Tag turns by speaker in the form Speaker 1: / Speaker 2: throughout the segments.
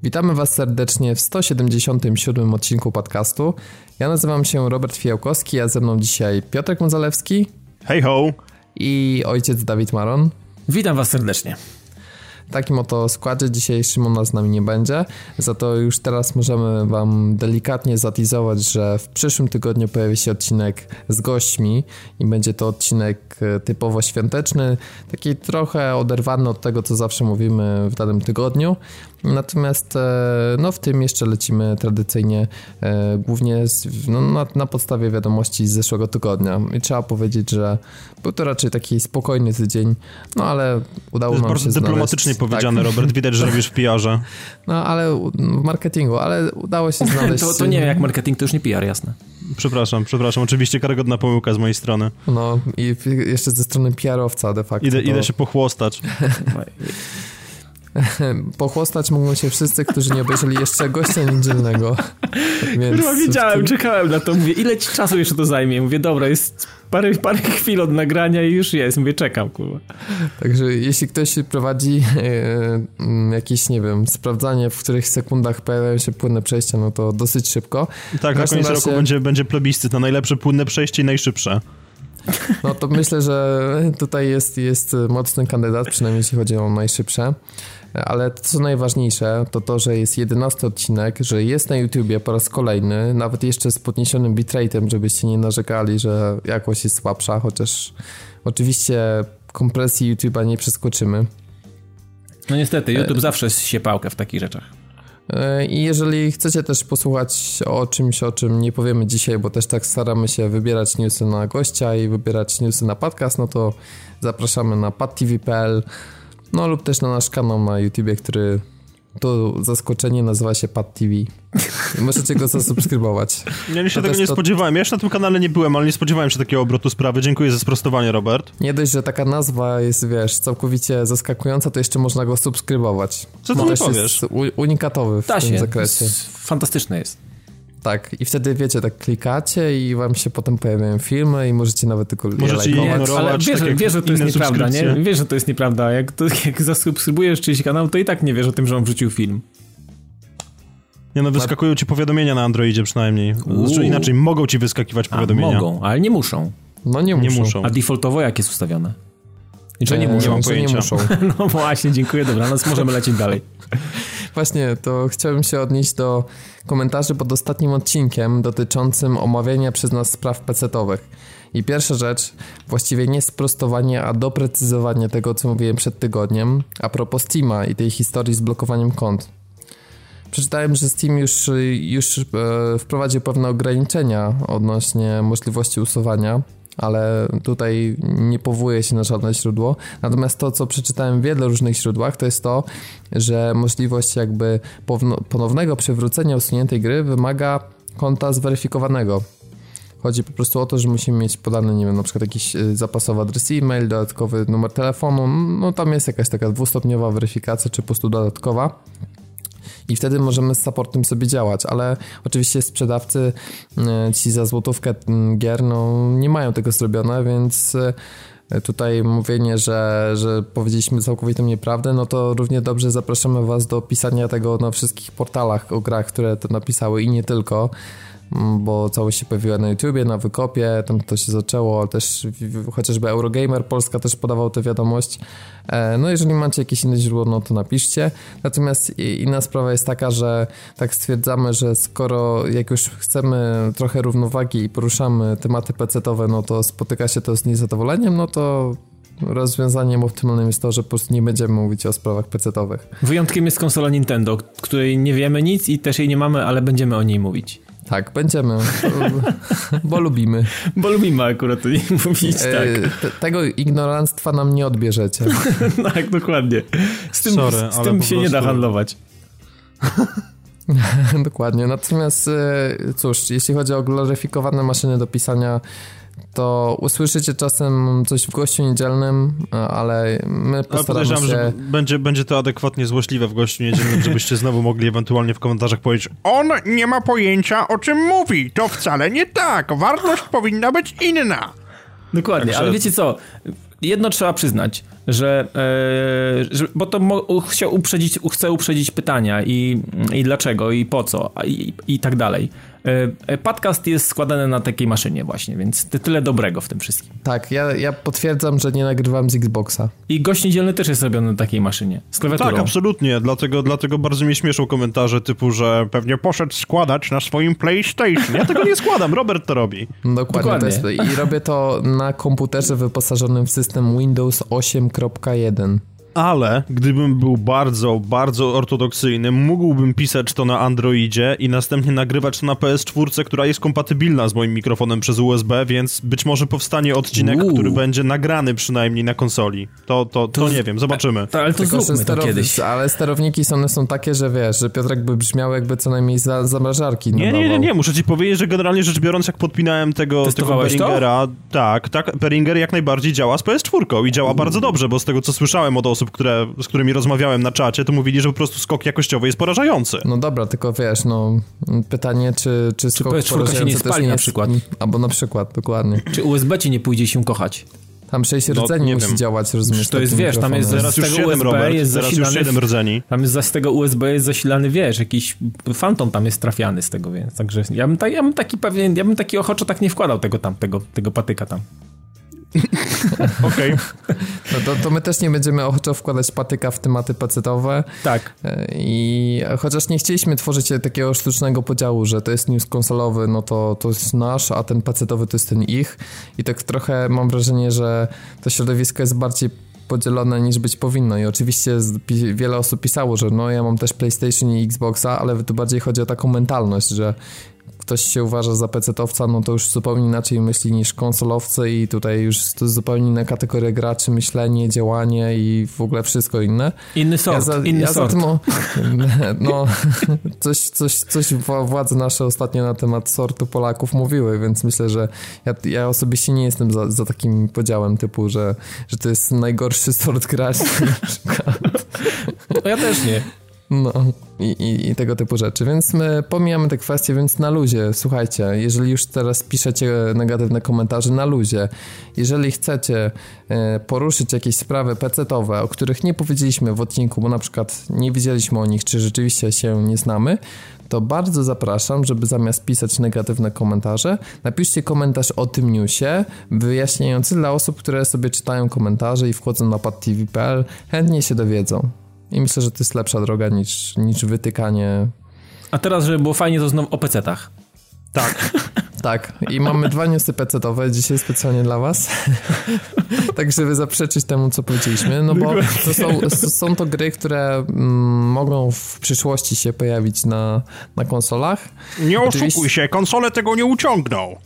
Speaker 1: Witamy Was serdecznie w 177 odcinku podcastu. Ja nazywam się Robert Fijałkowski, a ze mną dzisiaj Piotrek Mozalewski.
Speaker 2: Hej ho!
Speaker 1: I ojciec Dawid Maron.
Speaker 3: Witam Was serdecznie.
Speaker 1: W takim oto składzie dzisiaj Szymona z nami nie będzie, za to już teraz możemy Wam delikatnie zatizować, że w przyszłym tygodniu pojawi się odcinek z gośćmi i będzie to odcinek typowo świąteczny, taki trochę oderwany od tego, co zawsze mówimy w danym tygodniu. Natomiast w tym jeszcze lecimy tradycyjnie głównie na podstawie wiadomości z zeszłego tygodnia. I trzeba powiedzieć, że był to raczej taki spokojny tydzień, ale udało nam się znaleźć... To jest bardzo
Speaker 2: dyplomatycznie powiedziane, tak. Robert, widać, że robisz w PR-ze.
Speaker 1: Ale w marketingu, ale udało się znaleźć...
Speaker 3: to nie, jak marketing to już nie PR, jasne.
Speaker 2: Przepraszam, oczywiście karygodna pomyłka z mojej strony.
Speaker 1: No i jeszcze ze strony PR-owca de facto.
Speaker 2: Idę się pochłostać.
Speaker 1: Pochłostać mogą się wszyscy, którzy nie obejrzeli jeszcze gościa niedzielnego.
Speaker 3: Więc wiedziałem, czekałem na to. Mówię, ile ci czasu jeszcze to zajmie? Mówię, dobra, jest parę chwil od nagrania i już jest. Mówię, czekam, kurwa.
Speaker 1: Także jeśli ktoś prowadzi jakieś, nie wiem, sprawdzanie, w których sekundach pojawiają się płynne przejścia, no to dosyć szybko.
Speaker 2: Tak, na koniec roku będzie plebiscyt na najlepsze płynne przejście i najszybsze.
Speaker 1: No to myślę, że tutaj jest mocny kandydat, przynajmniej jeśli chodzi o najszybsze. Ale co najważniejsze, to to, że jest 11 odcinek, że jest na YouTubie po raz kolejny, nawet jeszcze z podniesionym bitrate'em, żebyście nie narzekali, że jakość jest słabsza, chociaż oczywiście kompresji YouTube'a nie przeskoczymy.
Speaker 3: No niestety, YouTube zawsze się pałkę w takich rzeczach.
Speaker 1: I jeżeli chcecie też posłuchać o czymś, o czym nie powiemy dzisiaj, bo też tak staramy się wybierać newsy na gościa i wybierać newsy na podcast, no to zapraszamy na padtv.pl, no lub też na nasz kanał na YouTubie, który to zaskoczenie nazywa się PadTV. Możecie go zasubskrybować.
Speaker 2: Ja się tego nie spodziewałem. Ja jeszcze na tym kanale nie byłem, ale nie spodziewałem się takiego obrotu sprawy. Dziękuję za sprostowanie, Robert.
Speaker 1: Nie dość, że taka nazwa jest, całkowicie zaskakująca, to jeszcze można go subskrybować.
Speaker 2: Co ty mi powiesz?
Speaker 1: Jest unikatowy w tym zakresie.
Speaker 3: Fantastyczne jest.
Speaker 1: Tak, i wtedy tak klikacie i wam się potem pojawiają filmy i możecie nawet tylko
Speaker 2: lajkować.
Speaker 3: Ale wiesz, że to jest nieprawda, nie? Wiesz, że to jest nieprawda. Jak zasubskrybujesz czyjś kanał, to i tak nie wiesz o tym, że on wrzucił film.
Speaker 2: Wyskakują ci powiadomienia na Androidzie przynajmniej. Znaczy inaczej, mogą ci wyskakiwać powiadomienia.
Speaker 3: Mogą, ale nie muszą.
Speaker 1: No nie muszą.
Speaker 3: A defaultowo jak jest ustawione? I
Speaker 1: że
Speaker 3: nie muszą?
Speaker 2: Nie mam pojęcia.
Speaker 1: Nie muszą.
Speaker 3: No właśnie, dziękuję, dobra, możemy lecieć dalej.
Speaker 1: Właśnie, to chciałbym się odnieść do komentarzy pod ostatnim odcinkiem dotyczącym omawiania przez nas spraw pecetowych. I pierwsza rzecz, właściwie nie sprostowanie, a doprecyzowanie tego, co mówiłem przed tygodniem, a propos Steama i tej historii z blokowaniem kont. Przeczytałem, że Steam już wprowadził pewne ograniczenia odnośnie możliwości usuwania, ale tutaj nie powołuję się na żadne źródło. Natomiast to, co przeczytałem w wielu różnych źródłach, to jest to, że możliwość jakby ponownego przywrócenia usuniętej gry wymaga konta zweryfikowanego. Chodzi po prostu o to, że musimy mieć podany, nie wiem, na przykład jakiś zapasowy adres e-mail, dodatkowy numer telefonu, no tam jest jakaś taka dwustopniowa weryfikacja, czy po prostu dodatkowa. I wtedy możemy z supportem sobie działać, ale oczywiście sprzedawcy ci za złotówkę gier nie mają tego zrobione, więc tutaj mówienie, że powiedzieliśmy całkowitą nieprawdę, no to równie dobrze zapraszamy Was do pisania tego na wszystkich portalach o grach, które to napisały i nie tylko, bo całość się pojawiła na YouTubie, na Wykopie, tam to się zaczęło, też chociażby Eurogamer Polska też podawał tę wiadomość. No jeżeli macie jakieś inne źródło, no to napiszcie. Natomiast inna sprawa jest taka, że tak stwierdzamy, że skoro jak już chcemy trochę równowagi i poruszamy tematy pecetowe, no to spotyka się to z niezadowoleniem, no to rozwiązaniem optymalnym jest to, że po prostu nie będziemy mówić o sprawach pecetowych.
Speaker 3: Wyjątkiem jest konsola Nintendo, której nie wiemy nic i też jej nie mamy, ale będziemy o niej mówić.
Speaker 1: Tak, będziemy, bo lubimy.
Speaker 3: Bo lubimy akurat o niej mówić, tak.
Speaker 1: Tego ignoranstwa nam nie odbierzecie.
Speaker 3: Tak, dokładnie. Z tym się nie da handlować.
Speaker 1: Dokładnie, natomiast cóż, jeśli chodzi o gloryfikowane maszyny do pisania, to usłyszycie czasem coś w gościu niedzielnym, ale my postaramy się...
Speaker 2: że będzie to adekwatnie złośliwe w gościu niedzielnym, żebyście znowu mogli ewentualnie w komentarzach powiedzieć: on nie ma pojęcia, o czym mówi, to wcale nie tak, wartość powinna być inna.
Speaker 3: Dokładnie, ale wiecie co, jedno trzeba przyznać, bo to chcę uprzedzić pytania i dlaczego, i po co, i tak dalej. Podcast jest składany na takiej maszynie właśnie, więc tyle dobrego w tym wszystkim.
Speaker 1: Tak, ja potwierdzam, że nie nagrywam z Xboxa.
Speaker 3: I gość niedzielny też jest robiony na takiej maszynie, z klawiaturą.
Speaker 2: Tak, absolutnie, dlatego bardzo mnie śmieszą komentarze typu, że pewnie poszedł składać na swoim PlayStation. Ja tego nie składam, Robert to robi.
Speaker 1: Dokładnie. I robię to na komputerze wyposażonym w system Windows 8.1.
Speaker 2: Ale gdybym był bardzo, bardzo ortodoksyjny, mógłbym pisać to na Androidzie i następnie nagrywać to na PS4, która jest kompatybilna z moim mikrofonem przez USB, więc być może powstanie odcinek, który będzie nagrany przynajmniej na konsoli. To nie wiem, zobaczymy.
Speaker 3: Ale to zróbmy to kiedyś.
Speaker 1: Ale sterowniki są takie, że wiesz, że Piotrek by brzmiał jakby co najmniej zamrażarki.
Speaker 2: Nie, muszę ci powiedzieć, że generalnie rzecz biorąc, jak podpinałem tego Behringera, tak, Behringer jak najbardziej działa z PS4 i działa bardzo dobrze, bo z tego co słyszałem od osób, z którymi rozmawiałem na czacie, to mówili, że po prostu skok jakościowy jest porażający.
Speaker 1: No dobra, tylko wiesz, pytanie, czy skok porażający
Speaker 3: się nie spali na przykład.
Speaker 1: Albo na przykład, dokładnie.
Speaker 3: Czy USB ci nie pójdzie się kochać?
Speaker 1: Tam 6 rdzeni musi działać, rozumiesz?
Speaker 3: To jest, wiesz, tam jest
Speaker 2: zaraz już 7, Robert, jest zaraz już 7 rdzeni.
Speaker 3: Tam jest z tego USB jest zasilany, wiesz, jakiś fantom tam jest trafiany z tego, więc także ja bym taki ochoczo tak nie wkładał tego patyka tam.
Speaker 2: Okej.
Speaker 1: No to my też nie będziemy ochoczo wkładać patyka w tematy pecetowe.
Speaker 3: Tak.
Speaker 1: I chociaż nie chcieliśmy tworzyć takiego sztucznego podziału, że to jest news konsolowy, no to jest nasz, a ten pecetowy to jest ten ich. I tak trochę mam wrażenie, że to środowisko jest bardziej podzielone niż być powinno i oczywiście wiele osób pisało, że ja mam też PlayStation i Xboxa, ale tu bardziej chodzi o taką mentalność, że ktoś się uważa za pecetowca, no to już zupełnie inaczej myśli niż konsolowcy i tutaj już to jest zupełnie inna kategoria graczy, myślenie, działanie i w ogóle wszystko inne.
Speaker 3: Inny sort.
Speaker 1: Za tym coś władze nasze ostatnio na temat sortu Polaków mówiły, więc myślę, że ja osobiście nie jestem za takim podziałem typu, że to jest najgorszy sort graczy na przykład.
Speaker 3: No ja też nie.
Speaker 1: No i tego typu rzeczy, więc my pomijamy te kwestie, więc na luzie, słuchajcie, jeżeli już teraz piszecie negatywne komentarze, na luzie, jeżeli chcecie poruszyć jakieś sprawy pecetowe, o których nie powiedzieliśmy w odcinku, bo na przykład nie wiedzieliśmy o nich, czy rzeczywiście się nie znamy, to bardzo zapraszam, żeby zamiast pisać negatywne komentarze, napiszcie komentarz o tym newsie, wyjaśniający dla osób, które sobie czytają komentarze i wchodzą na padtv.pl, chętnie się dowiedzą. I myślę, że to jest lepsza droga niż wytykanie.
Speaker 3: A teraz, żeby było fajnie, to znowu o pecetach.
Speaker 2: Tak.
Speaker 1: Tak. I mamy 2 newsy pecetowe dzisiaj specjalnie dla was. Tak, żeby zaprzeczyć temu, co powiedzieliśmy. No bo są to gry, które mogą w przyszłości się pojawić na konsolach.
Speaker 2: Nie oszukuj się, konsole tego nie uciągną.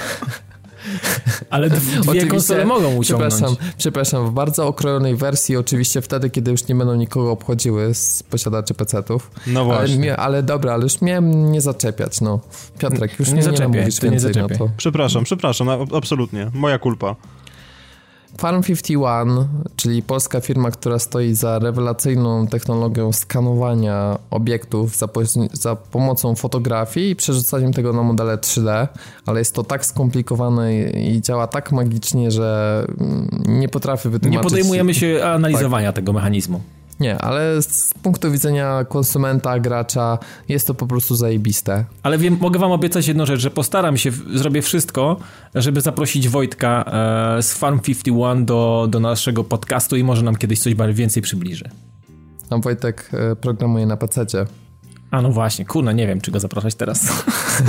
Speaker 3: Ale dwie konsole mogą uciągnąć.
Speaker 1: Przepraszam, w bardzo okrojonej wersji, oczywiście wtedy, kiedy już nie będą nikogo obchodziły z posiadaczy PC-ów.
Speaker 2: No właśnie.
Speaker 1: Ale dobra, ale już miałem nie zaczepiać, no. Piotrek, już nie mówisz więcej na to.
Speaker 2: Przepraszam, absolutnie. Moja kulpa.
Speaker 1: Farm 51, czyli polska firma, która stoi za rewelacyjną technologią skanowania obiektów za pomocą fotografii i przerzucaniem tego na modele 3D, ale jest to tak skomplikowane i działa tak magicznie, że nie potrafię wytłumaczyć.
Speaker 3: Nie podejmujemy się analizowania tego mechanizmu.
Speaker 1: Nie, ale z punktu widzenia konsumenta, gracza jest to po prostu zajebiste.
Speaker 3: Ale mogę wam obiecać jedną rzecz, że postaram się, zrobię wszystko, żeby zaprosić Wojtka z Farm 51 do naszego podcastu i może nam kiedyś coś więcej przybliży.
Speaker 1: A Wojtek programuje na PC-cie.
Speaker 3: A no właśnie, kurna, nie wiem, czy go zapraszać teraz.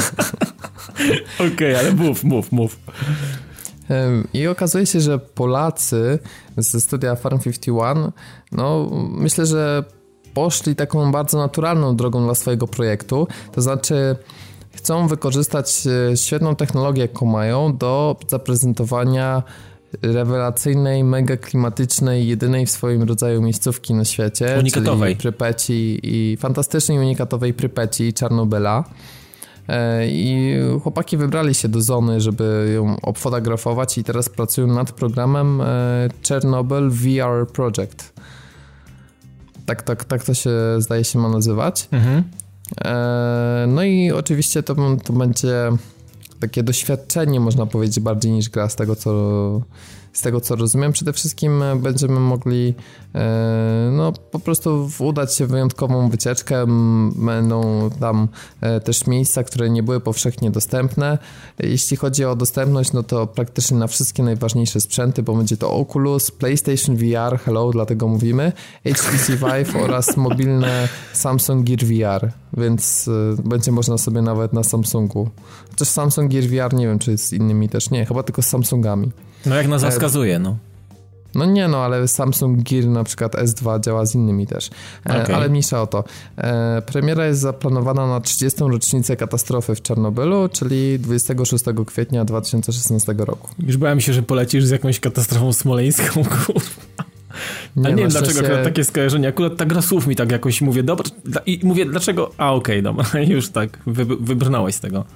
Speaker 3: Okej, ale mów.
Speaker 1: I okazuje się, że Polacy ze studia Farm 51, no myślę, że poszli taką bardzo naturalną drogą dla swojego projektu, to znaczy chcą wykorzystać świetną technologię, jaką mają, do zaprezentowania rewelacyjnej, mega klimatycznej, jedynej w swoim rodzaju miejscówki na świecie,
Speaker 3: unikatowej.
Speaker 1: Czyli Prypeci i fantastycznej unikatowej Prypeci i Czarnobyla. I chłopaki wybrali się do zony, żeby ją obfotografować i teraz pracują nad programem Chernobyl VR Project. Tak to się zdaje się ma nazywać. Mhm. No i oczywiście to będzie takie doświadczenie, można powiedzieć, bardziej niż gra, z z tego co rozumiem. Przede wszystkim będziemy mogli no po prostu udać się w wyjątkową wycieczkę. Będą tam też miejsca, które nie były powszechnie dostępne. Jeśli chodzi o dostępność, no to praktycznie na wszystkie najważniejsze sprzęty, bo będzie to Oculus, PlayStation VR, hello, dlatego mówimy, HTC Vive oraz mobilne Samsung Gear VR, więc będzie można sobie nawet na Samsungu. Chociaż Samsung Gear VR nie wiem, czy z innymi też, nie, chyba tylko z Samsungami.
Speaker 3: No jak nazwa wskazuje, no.
Speaker 1: No nie, no ale Samsung Gear na przykład S2 działa z innymi też. Okay. Ale mniejsza o to. Premiera jest zaplanowana na 30. rocznicę katastrofy w Czarnobylu, czyli 26 kwietnia 2016 roku.
Speaker 3: Już bałem się, że polecisz z jakąś katastrofą smoleńską, kurwa. Ale nie wiem dlaczego akurat takie skojarzenie. Akurat ta gra słów mi tak jakoś mówię, dobra, i mówię dlaczego, okej, dobra, już tak, wybrnąłeś z tego.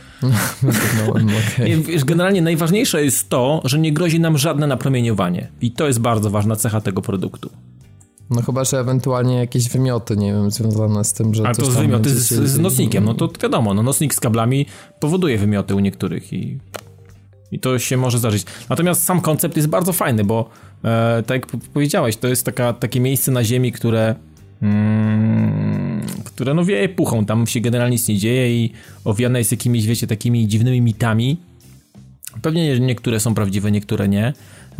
Speaker 1: Okay.
Speaker 3: Wiesz, generalnie najważniejsze jest to, że nie grozi nam żadne napromieniowanie i to jest bardzo ważna cecha tego produktu.
Speaker 1: No chyba, że ewentualnie jakieś wymioty, nie wiem, związane z tym, że...
Speaker 3: A to z wymioty z nocnikiem, no to wiadomo, no nocnik z kablami powoduje wymioty u niektórych i to się może zdarzyć. Natomiast sam koncept jest bardzo fajny, bo tak jak powiedziałeś, to jest takie miejsce na ziemi, które no wieje puchą, tam się generalnie nic nie dzieje i owiane jest jakimiś, wiecie, takimi dziwnymi mitami. Pewnie niektóre są prawdziwe, niektóre nie,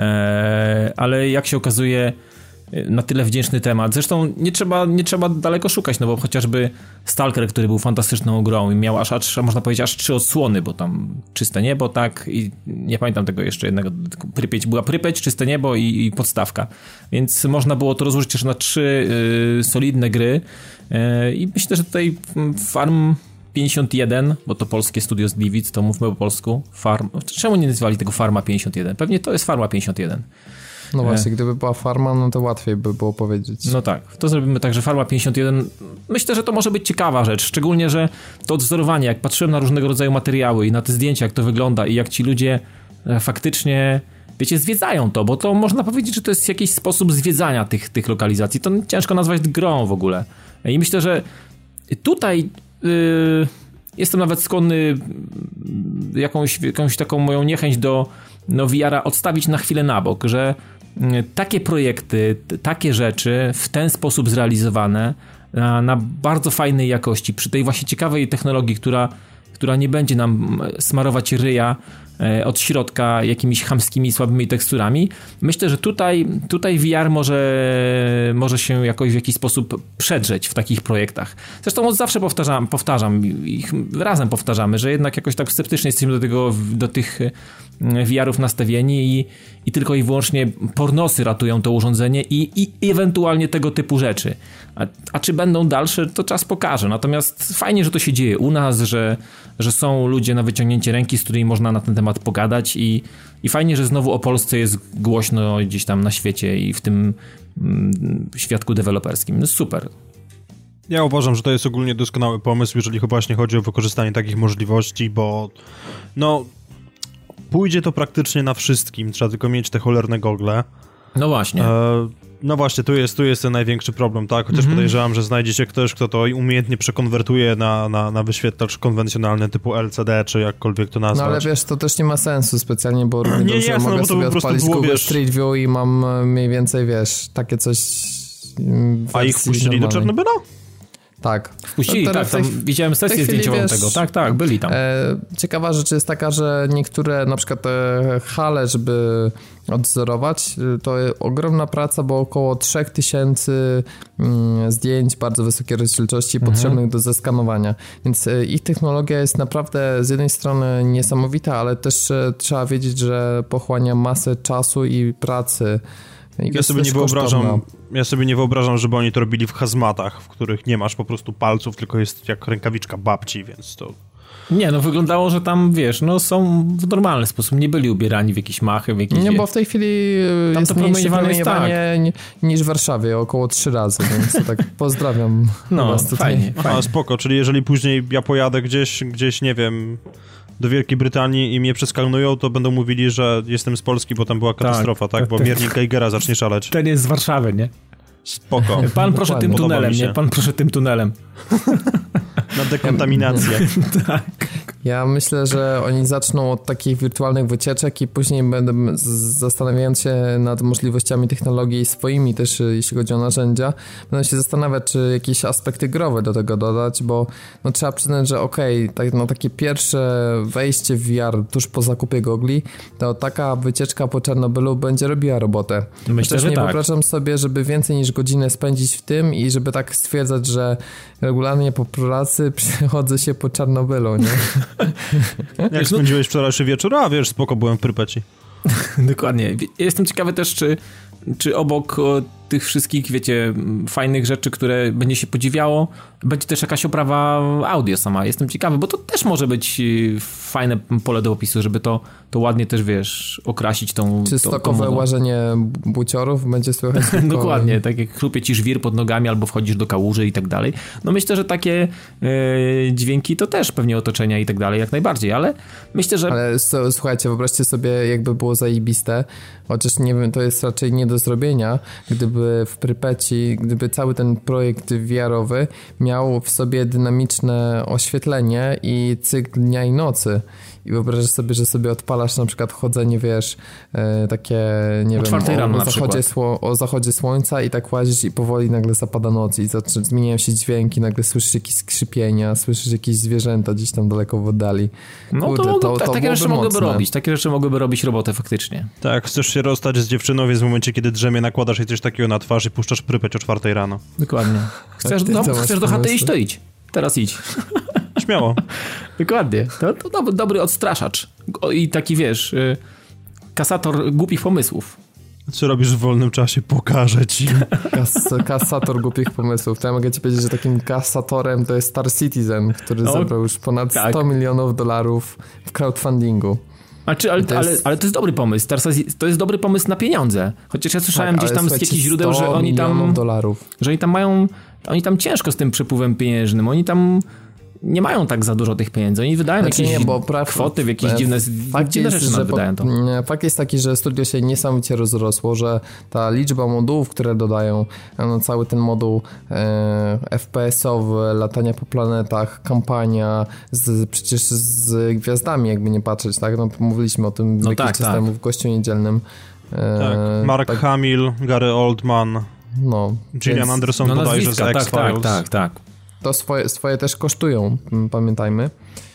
Speaker 3: ale jak się okazuje, na tyle wdzięczny temat. Zresztą nie trzeba daleko szukać, no bo chociażby Stalker, który był fantastyczną grą i miał aż można powiedzieć, aż 3 odsłony, bo tam czyste niebo, tak, i nie pamiętam tego jeszcze jednego, była Prypeć, czyste niebo i podstawka. Więc można było to rozłożyć też na 3 solidne gry i myślę, że tutaj Farm 51, bo to polskie studio z Gliwic, to mówmy po polsku, czemu nie nazywali tego Farma 51? Pewnie to jest Farma 51.
Speaker 1: No właśnie, gdyby była Farma, no to łatwiej by było powiedzieć.
Speaker 3: No tak, to zrobimy tak, że Farma 51, myślę, że to może być ciekawa rzecz, szczególnie, że to odwzorowanie, jak patrzyłem na różnego rodzaju materiały i na te zdjęcia, jak to wygląda i jak ci ludzie faktycznie, wiecie, zwiedzają to, bo to można powiedzieć, że to jest jakiś sposób zwiedzania tych lokalizacji. To ciężko nazwać grą w ogóle. I myślę, że tutaj jestem nawet skłonny jakąś taką moją niechęć do VR-a odstawić na chwilę na bok, że takie projekty, takie rzeczy w ten sposób zrealizowane na bardzo fajnej jakości, przy tej właśnie ciekawej technologii, która nie będzie nam smarować ryja od środka jakimiś chamskimi, słabymi teksturami. Myślę, że tutaj VR może się jakoś w jakiś sposób przedrzeć w takich projektach. Zresztą od zawsze powtarzam i razem powtarzamy, że jednak jakoś tak sceptycznie jesteśmy do tych VR-ów nastawieni i tylko i wyłącznie pornosy ratują to urządzenie i ewentualnie tego typu rzeczy. A czy będą dalsze, to czas pokaże. Natomiast fajnie, że to się dzieje u nas, że są ludzie na wyciągnięcie ręki, z którymi można na ten temat pogadać i fajnie, że znowu o Polsce jest głośno gdzieś tam na świecie i w tym świadku deweloperskim. No super.
Speaker 2: Ja uważam, że to jest ogólnie doskonały pomysł, jeżeli właśnie chodzi o wykorzystanie takich możliwości, bo no pójdzie to praktycznie na wszystkim, trzeba tylko mieć te cholerne gogle.
Speaker 3: No właśnie.
Speaker 2: No właśnie, tu jest ten największy problem, tak? Chociaż podejrzewam, że znajdzie się ktoś, kto to umiejętnie przekonwertuje na wyświetlacz konwencjonalny typu LCD, czy jakkolwiek to nazwać.
Speaker 1: No ale wiesz, to też nie ma sensu specjalnie, bo równie dobrze
Speaker 2: jasne,
Speaker 1: mogę
Speaker 2: bo to
Speaker 1: sobie
Speaker 2: po prostu
Speaker 1: odpalić
Speaker 2: było,
Speaker 1: Google
Speaker 2: wiesz...
Speaker 1: Street View i mam mniej więcej, wiesz, takie coś...
Speaker 2: A ich wpuścili
Speaker 1: normalnej.
Speaker 2: do Czarnobyla?
Speaker 1: Tak.
Speaker 3: Wpuścili, tak, tam widziałem sesję zdjęciową tego. Tak, byli tam.
Speaker 1: Ciekawa rzecz jest taka, że niektóre na przykład hale, żeby odwzorować, to ogromna praca, bo około 3000 zdjęć bardzo wysokiej rozdzielczości potrzebnych do zeskanowania. Więc ich technologia jest naprawdę z jednej strony niesamowita, ale też trzeba wiedzieć, że pochłania masę czasu i pracy.
Speaker 2: Ja sobie nie wyobrażam, żeby oni to robili w hazmatach, w których nie masz po prostu palców, tylko jest jak rękawiczka babci, więc to...
Speaker 3: Nie, no wyglądało, że tam, wiesz, no są w normalny sposób, nie byli ubierani w jakieś machy, w jakieś...
Speaker 1: Nie, bo w tej chwili jest mniejsze promieniowanie niż w Warszawie, około 3 razy, więc to tak pozdrawiam.
Speaker 3: No, fajnie.
Speaker 2: Aha, spoko, czyli jeżeli później ja pojadę gdzieś, nie wiem... do Wielkiej Brytanii i mnie przeskanują, to będą mówili, że jestem z Polski, bo tam była katastrofa, tak? Bo miernik Geigera zacznie szaleć.
Speaker 3: Ten jest z Warszawy, nie?
Speaker 2: Spoko.
Speaker 3: Pan proszę tym tunelem, nie? Pan proszę tym tunelem.
Speaker 2: Na dekontaminację.
Speaker 3: Tak.
Speaker 1: Ja myślę, że oni zaczną od takich wirtualnych wycieczek i później będą, zastanawiając się nad możliwościami technologii swoimi też, jeśli chodzi o narzędzia, będą się zastanawiać, czy jakieś aspekty growe do tego dodać, bo no, trzeba przyznać, że takie pierwsze wejście w VR tuż po zakupie gogli, to taka wycieczka po Czarnobylu będzie robiła robotę.
Speaker 3: Myślę, że
Speaker 1: nie
Speaker 3: tak.
Speaker 1: wyobrażam sobie, żeby więcej niż godzinę spędzić w tym i żeby tak stwierdzać, że regularnie po pracy przychodzę się po Czarnobylu, nie?
Speaker 2: Jak spędziłeś wczorajszy wieczór? A wiesz, spoko, byłem w Prypeci.
Speaker 3: Dokładnie. Jestem ciekawy też, czy obok tych wszystkich, wiecie, fajnych rzeczy, które będzie się podziwiało, będzie też jakaś oprawa audio sama. Jestem ciekawy, bo to też może być fajne pole do opisu, żeby to ładnie też, wiesz, okrasić tą...
Speaker 1: Czy stokowe łażenie buciorów będzie słychać?
Speaker 3: Dokładnie, tak jak chrupie ci żwir pod nogami albo wchodzisz do kałuży i tak dalej. No myślę, że takie dźwięki to też pewnie otoczenia i tak dalej, jak najbardziej, ale myślę, że...
Speaker 1: Ale słuchajcie, wyobraźcie sobie, jakby było zajebiste, chociaż nie wiem, to jest raczej nie do zrobienia, gdyby w Prypeci, gdyby cały ten projekt VR-owy miał w sobie dynamiczne oświetlenie i cykl dnia i nocy. I wyobrażasz sobie, że sobie odpalasz na przykład chodzenie, wiesz, takie, nie wiem, o zachodzie słońca i tak łazisz i powoli nagle zapada noc i zmieniają się dźwięki, nagle słyszysz jakieś skrzypienia, słyszysz jakieś zwierzęta gdzieś tam daleko w oddali.
Speaker 3: No
Speaker 1: kurde,
Speaker 3: to takie rzeczy mogłyby robić, takie rzeczy mogłyby robić robotę faktycznie.
Speaker 2: Tak, chcesz się rozstać z dziewczyną, więc w momencie, kiedy drzemie, nakładasz jej coś takiego na twarz i puszczasz Prypeć o 4 rano.
Speaker 3: Dokładnie. Chcesz do chaty iść, to idź. Teraz idź.
Speaker 2: Śmiało.
Speaker 3: Dokładnie. To dobry odstraszacz. I taki, wiesz, kasator głupich pomysłów.
Speaker 2: Co robisz w wolnym czasie? Pokażę ci.
Speaker 1: Kasator głupich pomysłów. To ja mogę ci powiedzieć, że takim kasatorem to jest Star Citizen, który zebrał już ponad 100 milionów dolarów w crowdfundingu.
Speaker 3: Ale to jest dobry pomysł. To jest dobry pomysł na pieniądze. Chociaż ja słyszałem gdzieś tam z jakichś źródeł, że oni tam
Speaker 1: dolarów.
Speaker 3: Że oni tam ciężko z tym przepływem pieniężnym. Oni tam nie mają tak za dużo tych pieniędzy. Oni wydają jakieś kwoty w jakieś dziwne rzeczy wydają to.
Speaker 1: Fakt jest taki, że studio się niesamowicie rozrosło, że ta liczba modułów, które dodają, no cały ten moduł FPS-owy, latania po planetach, kampania, przecież z gwiazdami, jakby nie patrzeć, tak? No, mówiliśmy o tym jakiś czas temu w Gościu Niedzielnym.
Speaker 2: Tak, Mark Hamill, Gary Oldman, Gillian Anderson bodajże z X-Files.
Speaker 3: Tak.
Speaker 1: To swoje też kosztują, pamiętajmy.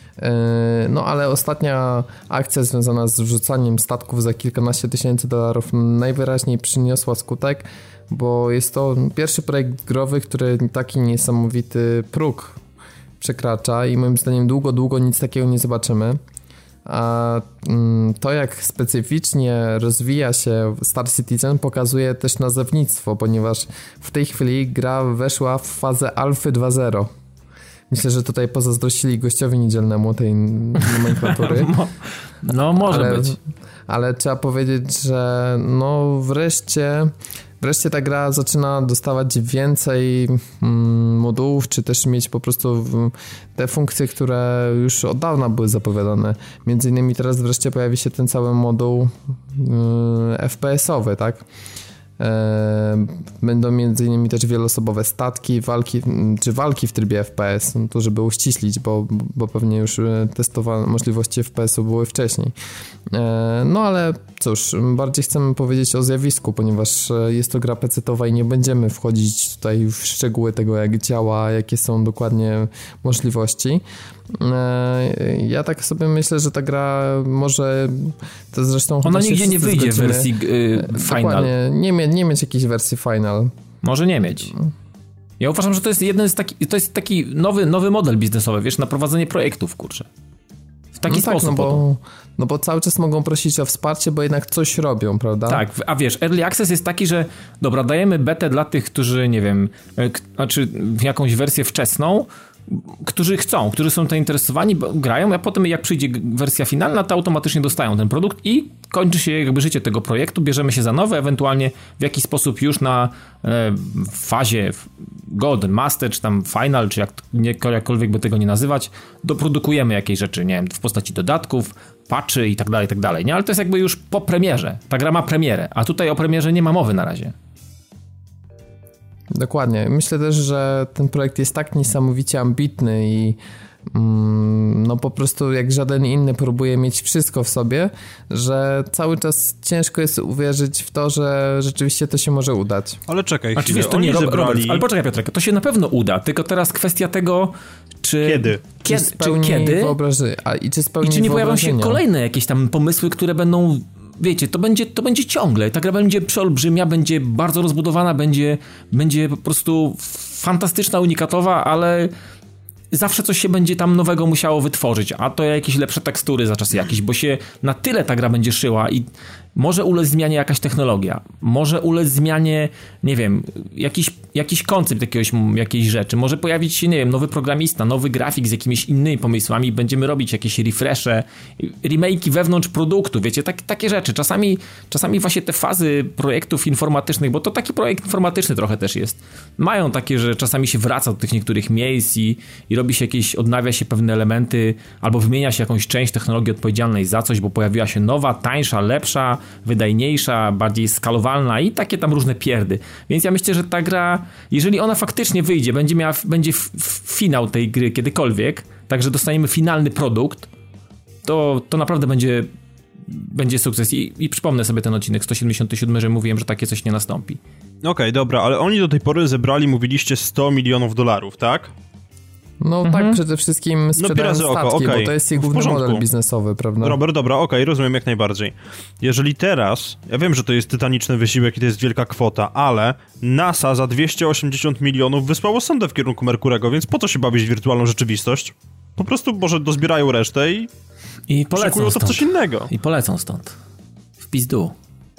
Speaker 1: No ale ostatnia akcja związana z wrzucaniem statków za kilkanaście tysięcy dolarów najwyraźniej przyniosła skutek, bo jest to pierwszy projekt growy, który taki niesamowity próg przekracza i moim zdaniem długo nic takiego nie zobaczymy. A to, jak specyficznie rozwija się Star Citizen, pokazuje też nazewnictwo, ponieważ w tej chwili gra weszła w fazę Alphy 2.0. Myślę, że tutaj pozazdrościli Gościowi Niedzielnemu tej nomenklatury.
Speaker 3: No, może być.
Speaker 1: Ale trzeba powiedzieć, że no wreszcie ta gra zaczyna dostawać więcej modułów, czy też mieć po prostu te funkcje, które już od dawna były zapowiadane. Między innymi teraz wreszcie pojawi się ten cały moduł FPS-owy, tak? Będą między innymi też wieloosobowe statki, walki w trybie FPS, no to żeby uściślić, bo pewnie już testowane możliwości FPS-u były wcześniej. No ale cóż, bardziej chcemy powiedzieć o zjawisku, ponieważ jest to gra PC-towa i nie będziemy wchodzić tutaj w szczegóły tego, jak działa, jakie są dokładnie możliwości. Ja tak sobie myślę, że ta gra może, to zresztą
Speaker 3: ona nigdzie nie wyjdzie w wersji final.
Speaker 1: Nie mieć jakiejś wersji final.
Speaker 3: Może nie mieć. Ja uważam, że to jest taki nowy model biznesowy, wiesz, na prowadzenie projektów, kurczę. W taki sposób.
Speaker 1: No bo cały czas mogą prosić o wsparcie, bo jednak coś robią, prawda?
Speaker 3: Tak, a wiesz, Early Access jest taki, że dobra, dajemy betę dla tych, którzy, nie wiem, znaczy jakąś wersję wczesną, którzy są zainteresowani, grają, a potem jak przyjdzie wersja finalna, to automatycznie dostają ten produkt i kończy się jakby życie tego projektu, bierzemy się za nowe, ewentualnie w jakiś sposób już na fazie Golden Master, czy tam Final, czy jakkolwiek by tego nie nazywać, doprodukujemy jakieś rzeczy, nie wiem, w postaci dodatków, patchy i tak dalej, nie? Ale to jest jakby już po premierze. Ta gra ma premierę, a tutaj o premierze nie ma mowy na razie.
Speaker 1: Dokładnie. Myślę też, że ten projekt jest tak niesamowicie ambitny i no po prostu jak żaden inny próbuje mieć wszystko w sobie, że cały czas ciężko jest uwierzyć w to, że rzeczywiście to się może udać.
Speaker 2: Ale czekaj,
Speaker 3: chwilę, wiesz, to nie, Robert, ale poczekaj Piotrek, to się na pewno uda, tylko teraz kwestia tego, czy...
Speaker 2: Kiedy?
Speaker 1: Czy spełni wyobrażenie?
Speaker 3: I czy nie pojawią się kolejne jakieś tam pomysły, które będą... Wiecie, to będzie ciągle. Ta gra będzie przeolbrzymia, będzie bardzo rozbudowana, będzie po prostu fantastyczna, unikatowa, ale zawsze coś się będzie tam nowego musiało wytworzyć, a to jakieś lepsze tekstury za czas jakiś, bo się na tyle ta gra będzie szyła i może ulec zmianie jakaś technologia, może ulec zmianie, nie wiem, jakiś koncept jakiejś rzeczy, może pojawić się, nie wiem, nowy programista, nowy grafik z jakimiś innymi pomysłami, będziemy robić jakieś refreshe, remake'i wewnątrz produktu, wiecie, takie rzeczy. Czasami właśnie te fazy projektów informatycznych, bo to taki projekt informatyczny trochę też jest, mają takie, że czasami się wraca do tych niektórych miejsc i robi się odnawia się pewne elementy, albo wymienia się jakąś część technologii odpowiedzialnej za coś, bo pojawiła się nowa, tańsza, lepsza, wydajniejsza, bardziej skalowalna i takie tam różne pierdy. Więc ja myślę, że ta gra, jeżeli ona faktycznie wyjdzie, będzie finał tej gry kiedykolwiek, także dostaniemy finalny produkt, to naprawdę będzie sukces. I przypomnę sobie ten odcinek 177, że mówiłem, że takie coś nie nastąpi.
Speaker 2: Okej, dobra, ale oni do tej pory zebrali, mówiliście, $100 milionów, tak?
Speaker 1: No tak, przede wszystkim sprzedają statki, bo to jest ich główny model biznesowy, prawda?
Speaker 2: Robert, dobra, rozumiem jak najbardziej. Jeżeli teraz, ja wiem, że to jest tytaniczny wysiłek i to jest wielka kwota, ale NASA za 280 milionów wysłało sondę w kierunku Merkurego, więc po co się bawić w wirtualną rzeczywistość? Po prostu może dozbierają resztę i
Speaker 3: polecą
Speaker 2: to w coś innego.
Speaker 3: I polecą stąd. W pizdu.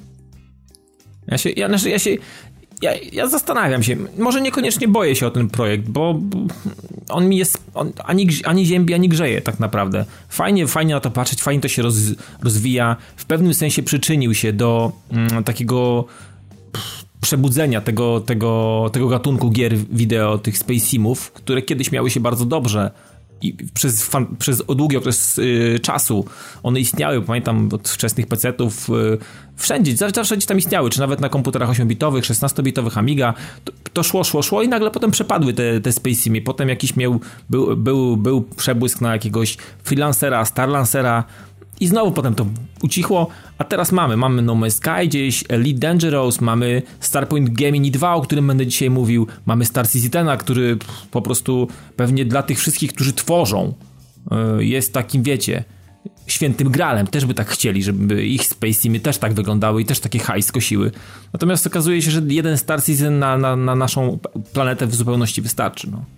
Speaker 3: Ja zastanawiam się, może niekoniecznie boję się o ten projekt, bo on mi jest ani ziębi, ani grzeje tak naprawdę. Fajnie na to patrzeć, fajnie to się rozwija. W pewnym sensie przyczynił się do takiego przebudzenia tego gatunku gier wideo, tych Space Simów, które kiedyś miały się bardzo dobrze. I przez długi okres czasu one istniały, pamiętam od wczesnych PC-ów, wszędzie, zawsze gdzieś tam istniały, czy nawet na komputerach 8-bitowych, 16-bitowych, Amiga, to szło i nagle potem przepadły te Space Simy, potem jakiś był przebłysk na jakiegoś freelancera, Starlancera i znowu potem to ucichło, a teraz mamy No Man's Sky gdzieś, Elite Dangerous, mamy Starpoint Gemini 2, o którym będę dzisiaj mówił, mamy Star Citizena, który po prostu pewnie dla tych wszystkich, którzy tworzą, jest takim, wiecie, świętym gralem, też by tak chcieli, żeby ich Space Simy też tak wyglądały i też takie hajs skosiły. Natomiast okazuje się, że jeden Star Citizen na naszą planetę w zupełności wystarczy, no.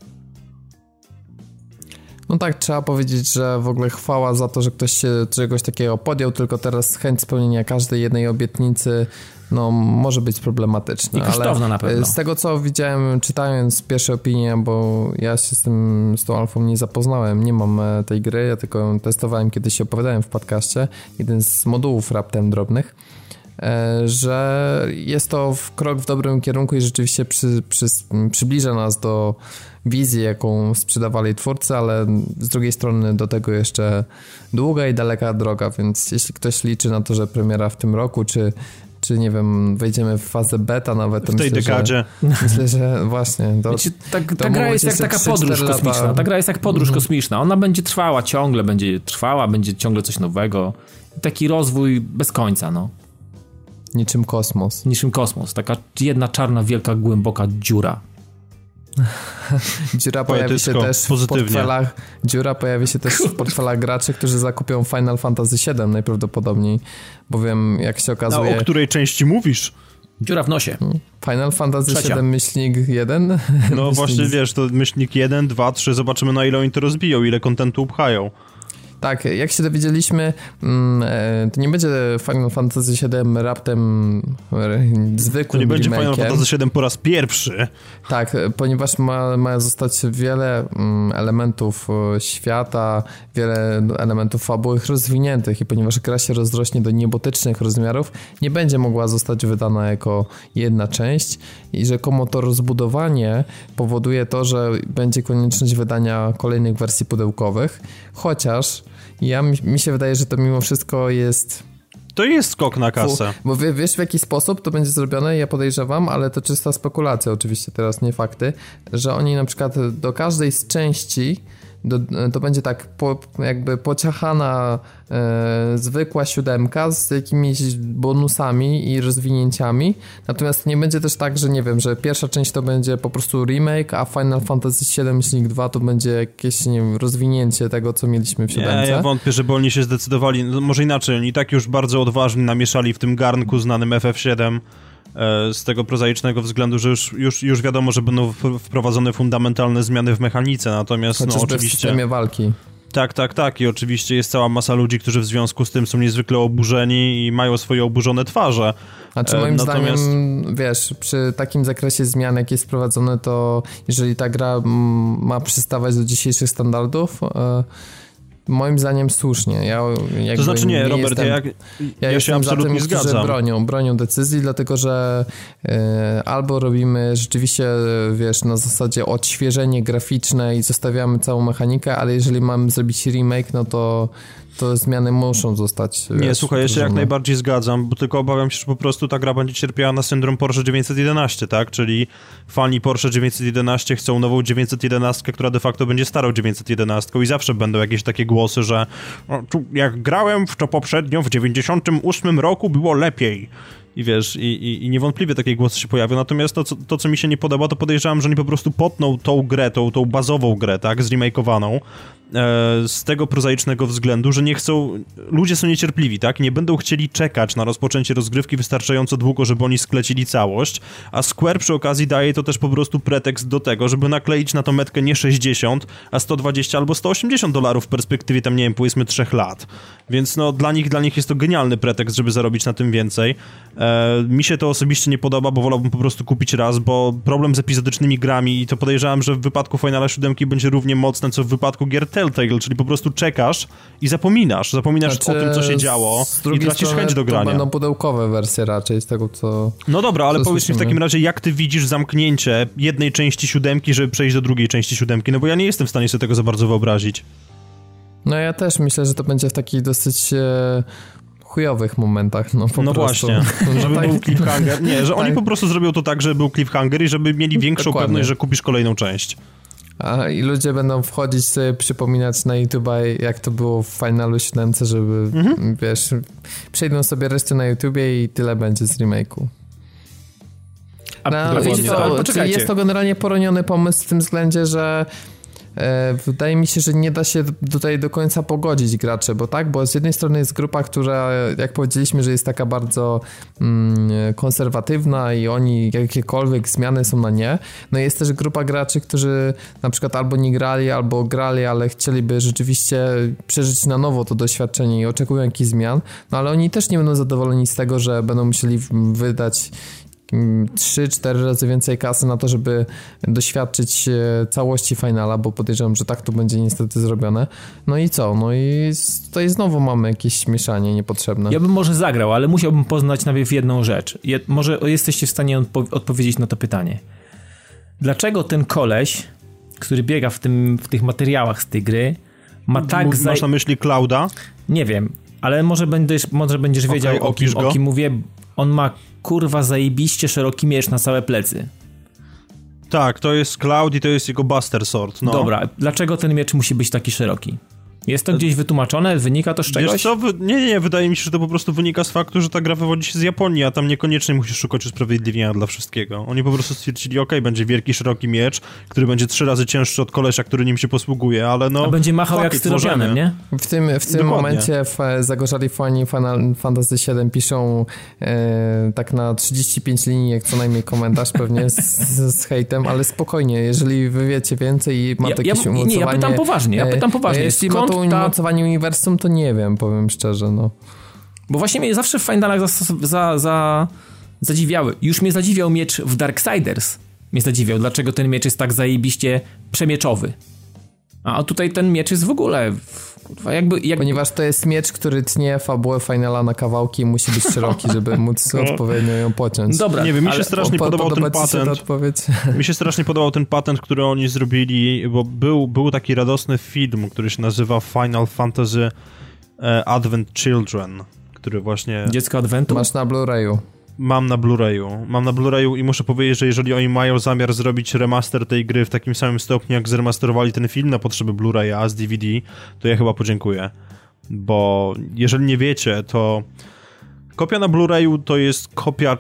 Speaker 1: No tak, trzeba powiedzieć, że w ogóle chwała za to, że ktoś się czegoś takiego podjął, tylko teraz chęć spełnienia każdej jednej obietnicy może być problematyczna.
Speaker 3: I kosztowna na pewno.
Speaker 1: Z tego, co widziałem, czytając pierwsze opinie, bo ja się z tą alfą nie zapoznałem, nie mam tej gry, ja tylko ją testowałem, kiedy się opowiadałem w podcaście, jeden z modułów raptem drobnych, że jest to krok w dobrym kierunku i rzeczywiście przybliża nas do wizji, jaką sprzedawali twórcy, ale z drugiej strony do tego jeszcze długa i daleka droga, więc jeśli ktoś liczy na to, że premiera w tym roku, czy nie wiem, wejdziemy w fazę beta nawet, to
Speaker 2: w tej dekadzie.
Speaker 1: Myślę, że właśnie.
Speaker 3: Ta gra jest jak taka podróż kosmiczna. Ta gra jest jak podróż kosmiczna. Ona będzie trwała ciągle, będzie ciągle coś nowego. Taki rozwój bez końca, no.
Speaker 1: Niczym kosmos. Taka jedna czarna, wielka, głęboka dziura. Dziura pojawi się też w portfelach. Dziura pojawi się też w portfelach graczy, którzy zakupią Final Fantasy VII najprawdopodobniej, bowiem jak się okazuje...
Speaker 2: o której części mówisz?
Speaker 3: Dziura w nosie.
Speaker 1: Final Fantasy VII myślnik 1?
Speaker 2: No właśnie, wiesz, to myślnik 1, 2, 3, zobaczymy na ile oni to rozbiją, ile kontentu upchają.
Speaker 1: Tak, jak się dowiedzieliśmy, to nie będzie Final Fantasy VII raptem zwykłym
Speaker 2: to nie będzie
Speaker 1: remake'iem.
Speaker 2: Final Fantasy VII po raz pierwszy.
Speaker 1: Tak, ponieważ ma zostać wiele elementów świata, wiele elementów fabuły rozwiniętych i ponieważ gra się rozrośnie do niebotycznych rozmiarów, nie będzie mogła zostać wydana jako jedna część i rzekomo to rozbudowanie powoduje to, że będzie konieczność wydania kolejnych wersji pudełkowych, chociaż mi się wydaje, że to mimo wszystko jest...
Speaker 2: To jest skok na kasę.
Speaker 1: Bo wiesz w jaki sposób to będzie zrobione? Ja podejrzewam, ale to czysta spekulacja oczywiście, teraz nie fakty, że oni na przykład do każdej z części to będzie tak jakby pociachana zwykła 7 z jakimiś bonusami i rozwinięciami, natomiast nie będzie też tak, że nie wiem, że pierwsza część to będzie po prostu remake, a Final Fantasy VII-2 to będzie jakieś, nie wiem, rozwinięcie tego, co mieliśmy w 7.
Speaker 2: Ja wątpię, żeby oni się zdecydowali, no może inaczej, oni tak już bardzo odważnie namieszali w tym garnku znanym FF7, z tego prozaicznego względu, że już wiadomo, że będą wprowadzone fundamentalne zmiany w mechanice, natomiast
Speaker 1: chociażby
Speaker 2: no oczywiście...
Speaker 1: w systemie walki.
Speaker 2: Tak i oczywiście jest cała masa ludzi, którzy w związku z tym są niezwykle oburzeni i mają swoje oburzone twarze.
Speaker 1: Znaczy moim zdaniem, wiesz, przy takim zakresie zmian, jak jest wprowadzone, to jeżeli ta gra ma przystawać do dzisiejszych standardów, moim zdaniem słusznie.
Speaker 2: To znaczy nie, Robert, ja się absolutnie
Speaker 1: tym,
Speaker 2: zgadzam.
Speaker 1: Bronią decyzji, dlatego że albo robimy rzeczywiście, wiesz, na zasadzie odświeżenie graficzne i zostawiamy całą mechanikę, ale jeżeli mamy zrobić remake, no to zmiany muszą zostać.
Speaker 2: Nie, słuchaj, ja się jak najbardziej zgadzam, bo tylko obawiam się, że po prostu ta gra będzie cierpiała na syndrom Porsche 911, tak? Czyli fani Porsche 911 chcą nową 911, która de facto będzie starą 911 i zawsze będą jakieś takie głosy, że jak grałem w to poprzednio w 98 roku było lepiej. I wiesz, i niewątpliwie takie głosy się pojawią, natomiast to, co mi się nie podoba, to podejrzewam, że oni po prostu potną tą grę, tą bazową grę, tak, zremakeowaną, z tego prozaicznego względu, że nie chcą, ludzie są niecierpliwi, tak, nie będą chcieli czekać na rozpoczęcie rozgrywki wystarczająco długo, żeby oni sklecili całość, a Square przy okazji daje to też po prostu pretekst do tego, żeby nakleić na tą metkę nie 60, a 120 albo $180 w perspektywie tam, nie wiem, powiedzmy 3 lat, więc no dla nich jest to genialny pretekst, żeby zarobić na tym więcej. Mi się to osobiście nie podoba, bo wolałbym po prostu kupić raz, bo problem z epizodycznymi grami i to podejrzewam, że w wypadku Finala 7 będzie równie mocne, co w wypadku gier Telltale, czyli po prostu czekasz i zapominasz o tym, co się działo i tracisz chęć do grania.
Speaker 1: To będą pudełkowe wersje raczej z tego, co...
Speaker 2: No dobra, ale powiedz mi w takim razie, jak ty widzisz zamknięcie jednej części 7, żeby przejść do drugiej części 7, no bo ja nie jestem w stanie sobie tego za bardzo wyobrazić.
Speaker 1: No ja też myślę, że to będzie w takich dosyć... chujowych momentach, no po prostu.
Speaker 2: Właśnie, żeby był cliffhanger. Nie, że oni po prostu zrobią to tak, żeby był cliffhanger i żeby mieli większą pewność, że kupisz kolejną część.
Speaker 1: I ludzie będą wchodzić sobie, przypominać na YouTube, jak to było w Finalu 7, żeby, wiesz, przejdą sobie resztę na YouTubie i tyle będzie z remake'u. Jest to generalnie poroniony pomysł w tym względzie, że wydaje mi się, że nie da się tutaj do końca pogodzić graczy, bo z jednej strony jest grupa, która, jak powiedzieliśmy, że jest taka bardzo konserwatywna i oni jakiekolwiek zmiany są na nie. No jest też grupa graczy, którzy na przykład albo nie grali, albo grali, ale chcieliby rzeczywiście przeżyć na nowo to doświadczenie i oczekują jakichś zmian, no ale oni też nie będą zadowoleni z tego, że będą musieli wydać 3-4 razy więcej kasy na to, żeby doświadczyć całości finala, bo podejrzewam, że tak to będzie niestety zrobione. No i co? No i tutaj znowu mamy jakieś mieszanie niepotrzebne.
Speaker 3: Ja bym może zagrał, ale musiałbym poznać najpierw jedną rzecz. Może jesteście w stanie odpowiedzieć na to pytanie. Dlaczego ten koleś, który biega w tych materiałach z tej gry, ma tak...
Speaker 2: Masz na myśli Clouda?
Speaker 3: Nie wiem, ale może będziesz wiedział, o kim mówię. On ma kurwa zajebiście szeroki miecz na całe plecy.
Speaker 2: Tak, to jest Cloud i to jest jego Buster Sword. No.
Speaker 3: Dobra, dlaczego ten miecz musi być taki szeroki? Jest to gdzieś wytłumaczone? Wynika to z czegoś?
Speaker 2: Wiesz co? Nie, wydaje mi się, że to po prostu wynika z faktu, że ta gra wywodzi się z Japonii, a tam niekoniecznie musisz szukać usprawiedliwienia dla wszystkiego. Oni po prostu stwierdzili, będzie wielki, szeroki miecz, który będzie 3 razy cięższy od kolesia, który nim się posługuje, ale no...
Speaker 3: A będzie machał jak styropianem, nie?
Speaker 1: W tym momencie zagorzali fani Final Fantasy VII piszą tak na 35 linijek co najmniej komentarz pewnie z hejtem, ale spokojnie, jeżeli wy wiecie więcej i ma to jakieś umocowanie...
Speaker 3: Nie, ja pytam poważnie.
Speaker 1: Jeśli ma to umocowanie uniwersum, to nie wiem, powiem szczerze, no.
Speaker 3: Bo właśnie mnie zawsze w Finalach zadziwiały. Już mnie zadziwiał miecz w Darksiders. Mnie zadziwiał, dlaczego ten miecz jest tak zajebiście przemieczowy. A tutaj ten miecz jest w ogóle...
Speaker 1: Ponieważ to jest miecz, który tnie fabułę Finala na kawałki i musi być szeroki, żeby móc odpowiednio ją pociąć.
Speaker 2: Dobra, nie wiem, mi się strasznie podobał ten patent. Mi się strasznie podobał ten patent, który oni zrobili, bo był taki radosny film, który się nazywa Final Fantasy Advent Children, który właśnie...
Speaker 3: Dziecko Adventu?
Speaker 1: Masz na Blu-rayu.
Speaker 2: Mam na Blu-rayu i muszę powiedzieć, że jeżeli oni mają zamiar zrobić remaster tej gry w takim samym stopniu, jak zremasterowali ten film na potrzeby Blu-raya z DVD, to ja chyba podziękuję. Bo jeżeli nie wiecie, to kopia na Blu-rayu to jest kopia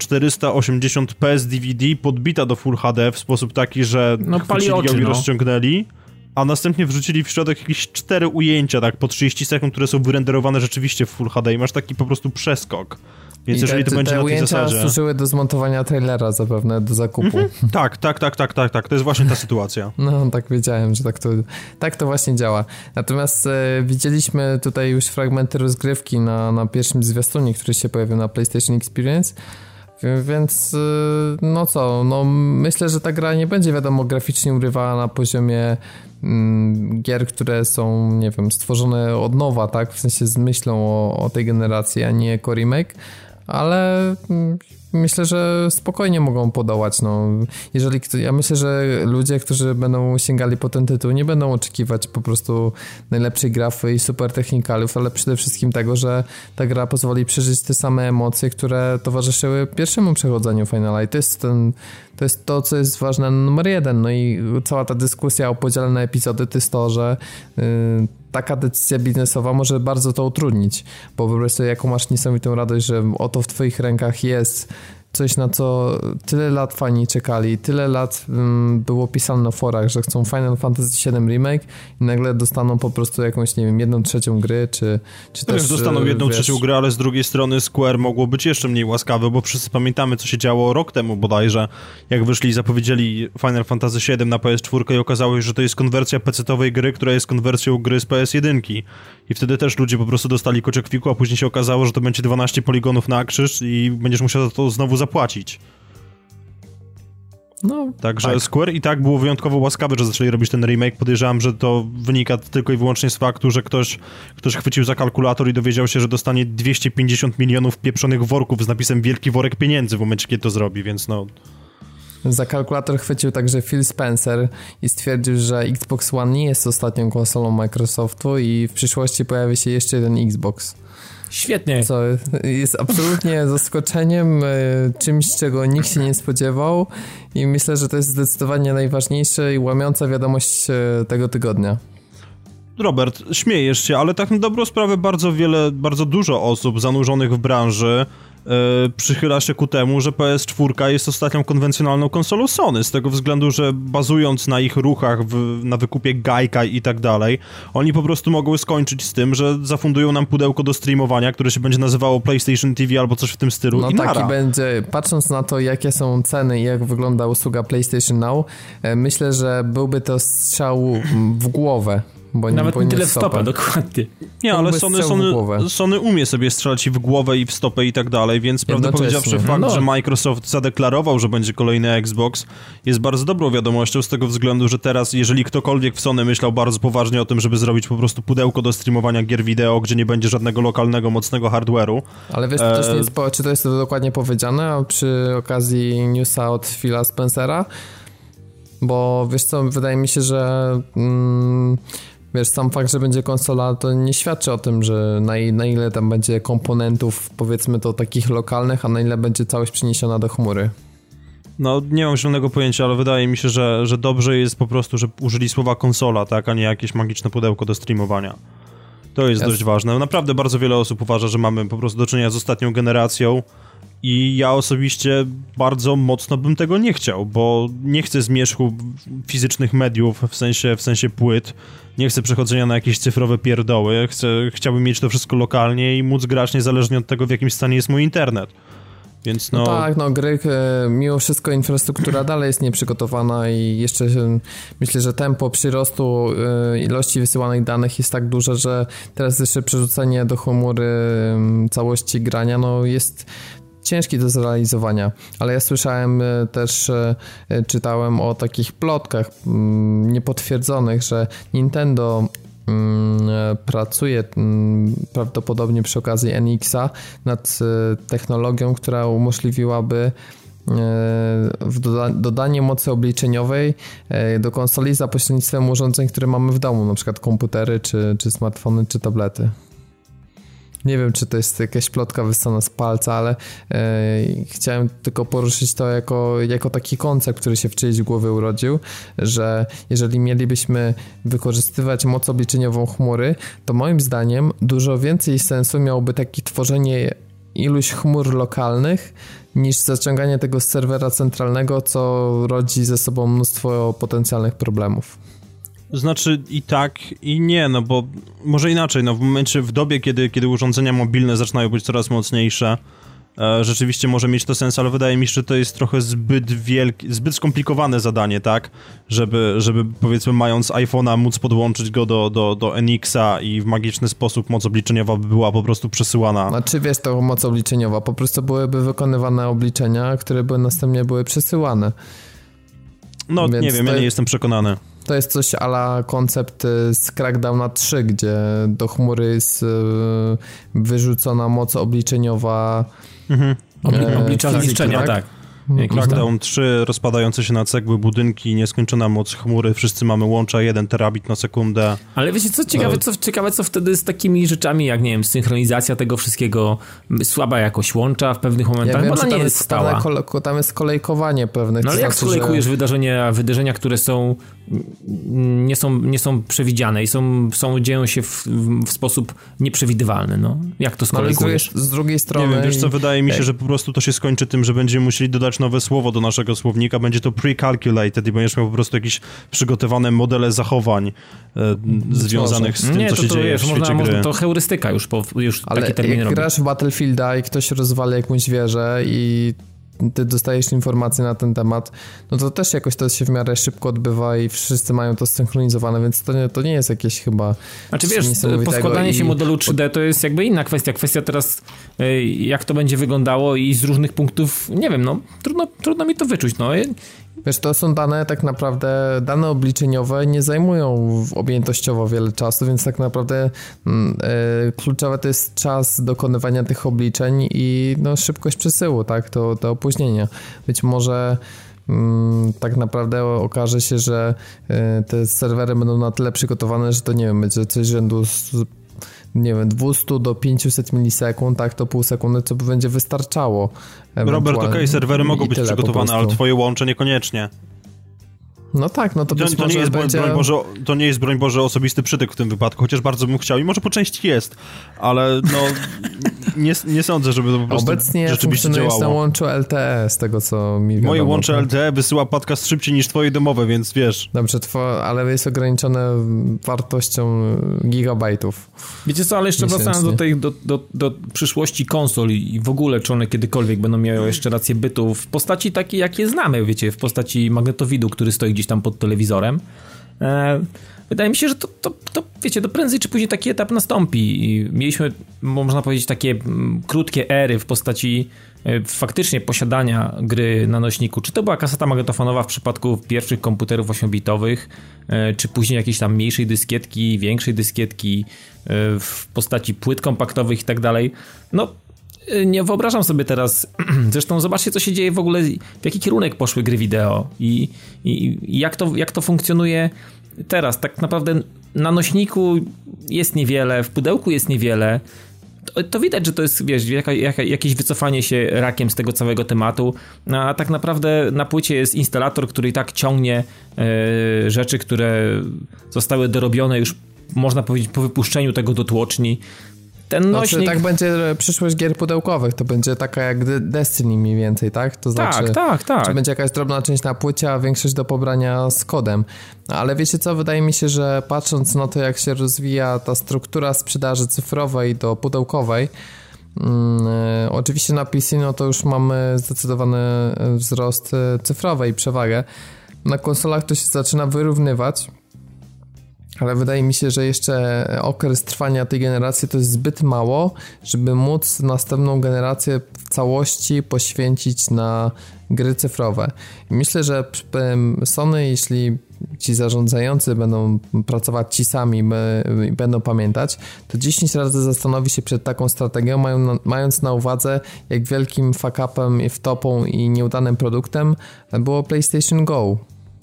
Speaker 2: 480p z DVD podbita do Full HD w sposób taki, że chwycili ją i rozciągnęli, a następnie wrzucili w środek jakieś 4 ujęcia, tak, po 30 sekund, które są wyrenderowane rzeczywiście w Full HD i masz taki po prostu przeskok. Więc
Speaker 1: I
Speaker 2: jeżeli to będzie na tej zasadzie...
Speaker 1: ujęcia służyły do zmontowania trailera zapewne, do zakupu.
Speaker 2: Tak, to jest właśnie ta sytuacja.
Speaker 1: No, tak wiedziałem, że tak to właśnie działa. Natomiast widzieliśmy tutaj już fragmenty rozgrywki na pierwszym zwiastunie, który się pojawił na PlayStation Experience, więc no co, no myślę, że ta gra nie będzie, wiadomo, graficznie urywała na poziomie gier, które są, nie wiem, stworzone od nowa, tak, w sensie z myślą o tej generacji, a nie jako remake, ale myślę, że spokojnie mogą podołać, no. Ja myślę, że ludzie, którzy będą sięgali po ten tytuł, nie będą oczekiwać po prostu najlepszej grafy i super technikalów, ale przede wszystkim tego, że ta gra pozwoli przeżyć te same emocje, które towarzyszyły pierwszemu przechodzeniu Finala i to jest to, co jest ważne numer 1, no i cała ta dyskusja o podziale na epizody to jest to, że taka decyzja biznesowa może bardzo to utrudnić, bo po prostu jaką masz niesamowitą radość, że oto w twoich rękach jest coś, na co tyle lat fani czekali, tyle lat było pisane na forach, że chcą Final Fantasy VII Remake i nagle dostaną po prostu jakąś, nie wiem, 1/3 gry, czy też...
Speaker 2: Dostaną 1/3 gry, ale z drugiej strony Square mogło być jeszcze mniej łaskawe, bo wszyscy pamiętamy, co się działo rok temu bodajże, jak wyszli i zapowiedzieli Final Fantasy VII na PS4 i okazało się, że to jest konwersja PC-towej gry, która jest konwersją gry z PS1 i wtedy też ludzie po prostu dostali kociokwiku, a później się okazało, że to będzie 12 poligonów na krzyż i będziesz musiał za to znowu zapłacić.
Speaker 1: No,
Speaker 2: Także
Speaker 1: tak.
Speaker 2: Square i tak było wyjątkowo łaskawe, że zaczęli robić ten remake. Podejrzewam, że to wynika tylko i wyłącznie z faktu, że ktoś chwycił za kalkulator i dowiedział się, że dostanie 250 milionów pieprzonych worków z napisem wielki worek pieniędzy w momencie, kiedy to zrobi, więc no...
Speaker 1: Za kalkulator chwycił także Phil Spencer i stwierdził, że Xbox One nie jest ostatnią konsolą Microsoftu i w przyszłości pojawi się jeszcze jeden Xbox.
Speaker 3: Świetnie.
Speaker 1: Co jest absolutnie zaskoczeniem, czymś, czego nikt się nie spodziewał i myślę, że to jest zdecydowanie najważniejsza i łamiąca wiadomość tego tygodnia.
Speaker 2: Robert, śmiejesz się, ale tak na dobrą sprawę bardzo dużo osób zanurzonych w branży przychyla się ku temu, że PS4 jest ostatnią konwencjonalną konsolą Sony, z tego względu, że bazując na ich ruchach, na wykupie Gaikai i tak dalej, oni po prostu mogą skończyć z tym, że zafundują nam pudełko do streamowania, które się będzie nazywało PlayStation TV albo coś w tym stylu.
Speaker 1: No
Speaker 2: i
Speaker 1: taki będzie, patrząc na to, jakie są ceny i jak wygląda usługa PlayStation Now, myślę, że byłby to strzał w głowę.
Speaker 3: Nawet nie tyle w stopę, dokładnie.
Speaker 2: Nie, ale Sony umie sobie strzelać i w głowę, i w stopę i tak dalej, więc prawdę powiedziawszy fakt, że Microsoft zadeklarował, że będzie kolejny Xbox, jest bardzo dobrą wiadomością z tego względu, że teraz, jeżeli ktokolwiek w Sony myślał bardzo poważnie o tym, żeby zrobić po prostu pudełko do streamowania gier wideo, gdzie nie będzie żadnego lokalnego, mocnego hardware'u.
Speaker 1: Ale wiesz, to też nie jest, czy to jest to dokładnie powiedziane, a przy okazji newsa od Phila Spencera? Bo wiesz co, wydaje mi się, że... Wiesz, sam fakt, że będzie konsola, to nie świadczy o tym, że na ile tam będzie komponentów, powiedzmy to takich lokalnych, a na ile będzie całość przeniesiona do chmury.
Speaker 2: No, nie mam zielonego pojęcia, ale wydaje mi się, że dobrze jest po prostu, że użyli słowa konsola, tak, a nie jakieś magiczne pudełko do streamowania. To jest dość ważne. Naprawdę bardzo wiele osób uważa, że mamy po prostu do czynienia z ostatnią generacją i ja osobiście bardzo mocno bym tego nie chciał, bo nie chcę zmierzchu fizycznych mediów, w sensie płyt, nie chcę przechodzenia na jakieś cyfrowe pierdoły, chciałbym mieć to wszystko lokalnie i móc grać niezależnie od tego, w jakim stanie jest mój internet. Więc
Speaker 1: no tak, gry, mimo wszystko infrastruktura dalej jest nieprzygotowana i jeszcze myślę, że tempo przyrostu ilości wysyłanych danych jest tak duże, że teraz jeszcze przerzucenie do chmury całości grania jest ciężki do zrealizowania, ale ja słyszałem też, czytałem o takich plotkach niepotwierdzonych, że Nintendo pracuje prawdopodobnie przy okazji NX-a nad technologią, która umożliwiłaby dodanie mocy obliczeniowej do konsoli za pośrednictwem urządzeń, które mamy w domu, na przykład komputery, czy smartfony, czy tablety. Nie wiem, czy to jest jakaś plotka wyssana z palca, ale chciałem tylko poruszyć to jako taki koncept, który się w czyjejś głowie urodził, że jeżeli mielibyśmy wykorzystywać moc obliczeniową chmury, to moim zdaniem dużo więcej sensu miałoby takie tworzenie iluś chmur lokalnych niż zaciąganie tego z serwera centralnego, co rodzi ze sobą mnóstwo potencjalnych problemów.
Speaker 2: Znaczy i tak, i nie, no bo może inaczej, no w dobie, kiedy urządzenia mobilne zaczynają być coraz mocniejsze, rzeczywiście może mieć to sens, ale wydaje mi się, że to jest trochę zbyt skomplikowane zadanie, tak? Żeby powiedzmy mając iPhone'a móc podłączyć go do NX-a i w magiczny sposób moc obliczeniowa była po prostu przesyłana.
Speaker 1: Znaczy wiesz, to moc obliczeniowa, po prostu byłyby wykonywane obliczenia, które by następnie były przesyłane.
Speaker 2: No więc nie wiem, ja nie jestem przekonany.
Speaker 1: To jest coś a la koncept z Crackdowna 3, gdzie do chmury jest wyrzucona moc obliczeniowa.
Speaker 3: Oblicza zniszczenia, tak.
Speaker 2: Crackdown 3, rozpadające się na cegły budynki, nieskończona moc chmury, wszyscy mamy łącza 1 terabit na sekundę.
Speaker 3: Ale wiecie co ciekawe, co wtedy z takimi rzeczami, jak nie wiem, synchronizacja tego wszystkiego, słaba jakość łącza w pewnych momentach,
Speaker 1: ja wiem,
Speaker 3: bo ona nie jest stała.
Speaker 1: Tam jest kolejkowanie pewnych.
Speaker 3: No ale jak skolejkujesz wydarzenia, które nie są przewidziane i dzieją się w sposób nieprzewidywalny, no. Jak to skolejkujesz?
Speaker 1: Z drugiej strony...
Speaker 2: Nie wiem, wiesz co, wydaje mi się, że po prostu to się skończy tym, że będziemy musieli dodać nowe słowo do naszego słownika, będzie to pre-calculated i będziesz miał po prostu jakieś przygotowane modele zachowań związanych z tym, co się dzieje w świecie gry.
Speaker 3: To heurystyka już
Speaker 1: ale
Speaker 3: taki termin
Speaker 1: jak
Speaker 3: robi.
Speaker 1: grasz w Battlefielda i ktoś rozwala jakąś wieżę i ty dostajesz informacje na ten temat, no to też jakoś to się w miarę szybko odbywa i wszyscy mają to zsynchronizowane, więc to nie jest jakieś chyba...
Speaker 3: Znaczy wiesz, poskładanie się modelu 3D to jest jakby inna kwestia. Kwestia teraz, jak to będzie wyglądało i z różnych punktów, nie wiem, no trudno mi to wyczuć, no.
Speaker 1: Wiesz, to są dane tak naprawdę, dane obliczeniowe nie zajmują objętościowo wiele czasu, więc tak naprawdę kluczowe to jest czas dokonywania tych obliczeń i no, szybkość przesyłu, tak, to opóźnienia. Być może tak naprawdę okaże się, że te serwery będą na tyle przygotowane, że to nie wiem, będzie coś rzędu 200 do 500 milisekund, tak, to pół sekundy, co będzie wystarczało.
Speaker 2: Robert, serwery mogą być przygotowane, ale twoje łącze niekoniecznie.
Speaker 1: No tak, no to być
Speaker 2: może to nie jest, broń Boże, osobisty przytyk w tym wypadku, chociaż bardzo bym chciał i może po części jest, ale no nie sądzę, żeby to po prostu
Speaker 1: obecnie
Speaker 2: rzeczywiście działało.
Speaker 1: Obecnie na łączu LTE, z tego co mi wiadomo.
Speaker 2: Moje łącze LTE wysyła podcast szybciej niż twoje domowe, więc wiesz.
Speaker 1: Dobrze, ale jest ograniczone wartością gigabajtów.
Speaker 3: Wiecie co, ale jeszcze wracając do przyszłości konsol i w ogóle, czy one kiedykolwiek będą miały jeszcze rację bytu w postaci takiej, jakie znamy, wiecie, w postaci magnetowidu, który stoi gdzieś tam pod telewizorem. Wydaje mi się, że wiecie, to prędzej czy później taki etap nastąpi. I mieliśmy, można powiedzieć, takie krótkie ery w postaci faktycznie posiadania gry na nośniku. Czy to była kaseta magnetofonowa w przypadku pierwszych komputerów 8-bitowych, czy później jakiejś tam mniejszej dyskietki, większej dyskietki w postaci płyt kompaktowych i tak dalej. No, nie wyobrażam sobie teraz, zresztą zobaczcie, co się dzieje w ogóle, w jaki kierunek poszły gry wideo i jak to funkcjonuje teraz. Tak naprawdę na nośniku jest niewiele, w pudełku jest niewiele. To widać, że to jest, wiesz, jakieś wycofanie się rakiem z tego całego tematu, a tak naprawdę na płycie jest instalator, który i tak ciągnie rzeczy, które zostały dorobione już, można powiedzieć, po wypuszczeniu tego do tłoczni. Ten nośnik...
Speaker 1: tak będzie przyszłość gier pudełkowych, to będzie taka jak Destiny mniej więcej, tak? To znaczy,
Speaker 3: tak.
Speaker 1: Czy będzie jakaś drobna część na płycie, a większość do pobrania z kodem. Ale wiecie co, wydaje mi się, że patrząc na to, jak się rozwija ta struktura sprzedaży cyfrowej do pudełkowej, oczywiście na PC no to już mamy zdecydowany wzrost cyfrowy i przewagę. Na konsolach to się zaczyna wyrównywać, ale wydaje mi się, że jeszcze okres trwania tej generacji to jest zbyt mało, żeby móc następną generację w całości poświęcić na gry cyfrowe. I myślę, że Sony, jeśli ci zarządzający będą pracować ci sami i będą pamiętać, to 10 razy zastanowi się przed taką strategią, mając na uwadze, jak wielkim fuck-upem i wtopą i nieudanym produktem było PlayStation Go.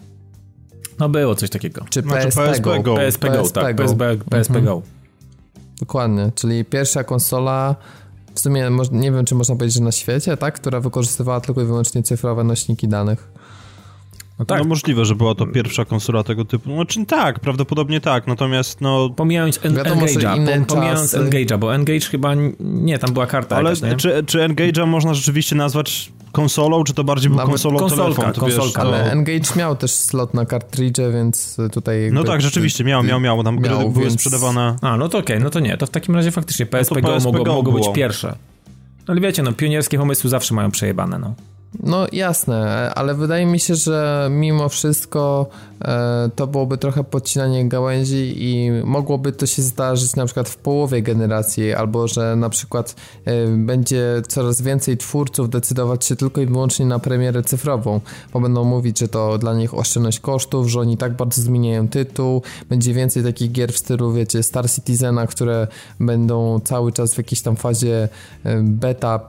Speaker 3: No było coś takiego.
Speaker 1: Czy PSP Go.
Speaker 3: PSP Go, tak. PSP Go.
Speaker 1: Dokładnie, czyli pierwsza konsola, w sumie nie wiem, czy można powiedzieć, że na świecie, tak? Która wykorzystywała tylko i wyłącznie cyfrowe nośniki danych.
Speaker 2: No tak. No możliwe, że była to pierwsza konsola tego typu. No czy tak, prawdopodobnie tak, natomiast no...
Speaker 3: Pomijając Engage'a, bo Engage chyba nie, tam była karta.
Speaker 2: Ale
Speaker 3: jakaś,
Speaker 2: czy Engage'a można rzeczywiście nazwać konsolą, czy to bardziej był konsolą telefon?
Speaker 3: Konsolka.
Speaker 1: Ale Engage miał też slot na kartridże, więc tutaj...
Speaker 2: No tak, rzeczywiście, miał, tam gry były sprzedawane...
Speaker 3: No to okej, no to nie, to w takim razie faktycznie PSP Go mogło być pierwsze. No ale wiecie, no pionierskie pomysły zawsze mają przejebane, no.
Speaker 1: No jasne, ale wydaje mi się, że mimo wszystko to byłoby trochę podcinanie gałęzi i mogłoby to się zdarzyć na przykład w połowie generacji, albo że na przykład będzie coraz więcej twórców decydować się tylko i wyłącznie na premierę cyfrową, bo będą mówić, że to dla nich oszczędność kosztów, że oni tak bardzo zmieniają tytuł, będzie więcej takich gier w stylu, wiecie, Star Citizena, które będą cały czas w jakiejś tam fazie beta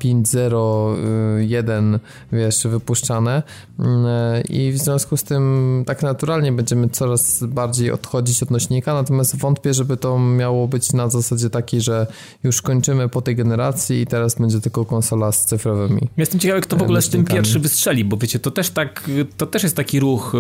Speaker 1: 5.0.1 wiesz, wypuszczane i w związku z tym tak naturalnie będziemy coraz bardziej odchodzić od nośnika, natomiast wątpię, żeby to miało być na zasadzie takiej, że już kończymy po tej generacji i teraz będzie tylko konsola z cyfrowymi.
Speaker 3: Jestem ciekawy, kto w ogóle z tym pierwszy wystrzeli, bo wiecie, to też jest taki ruch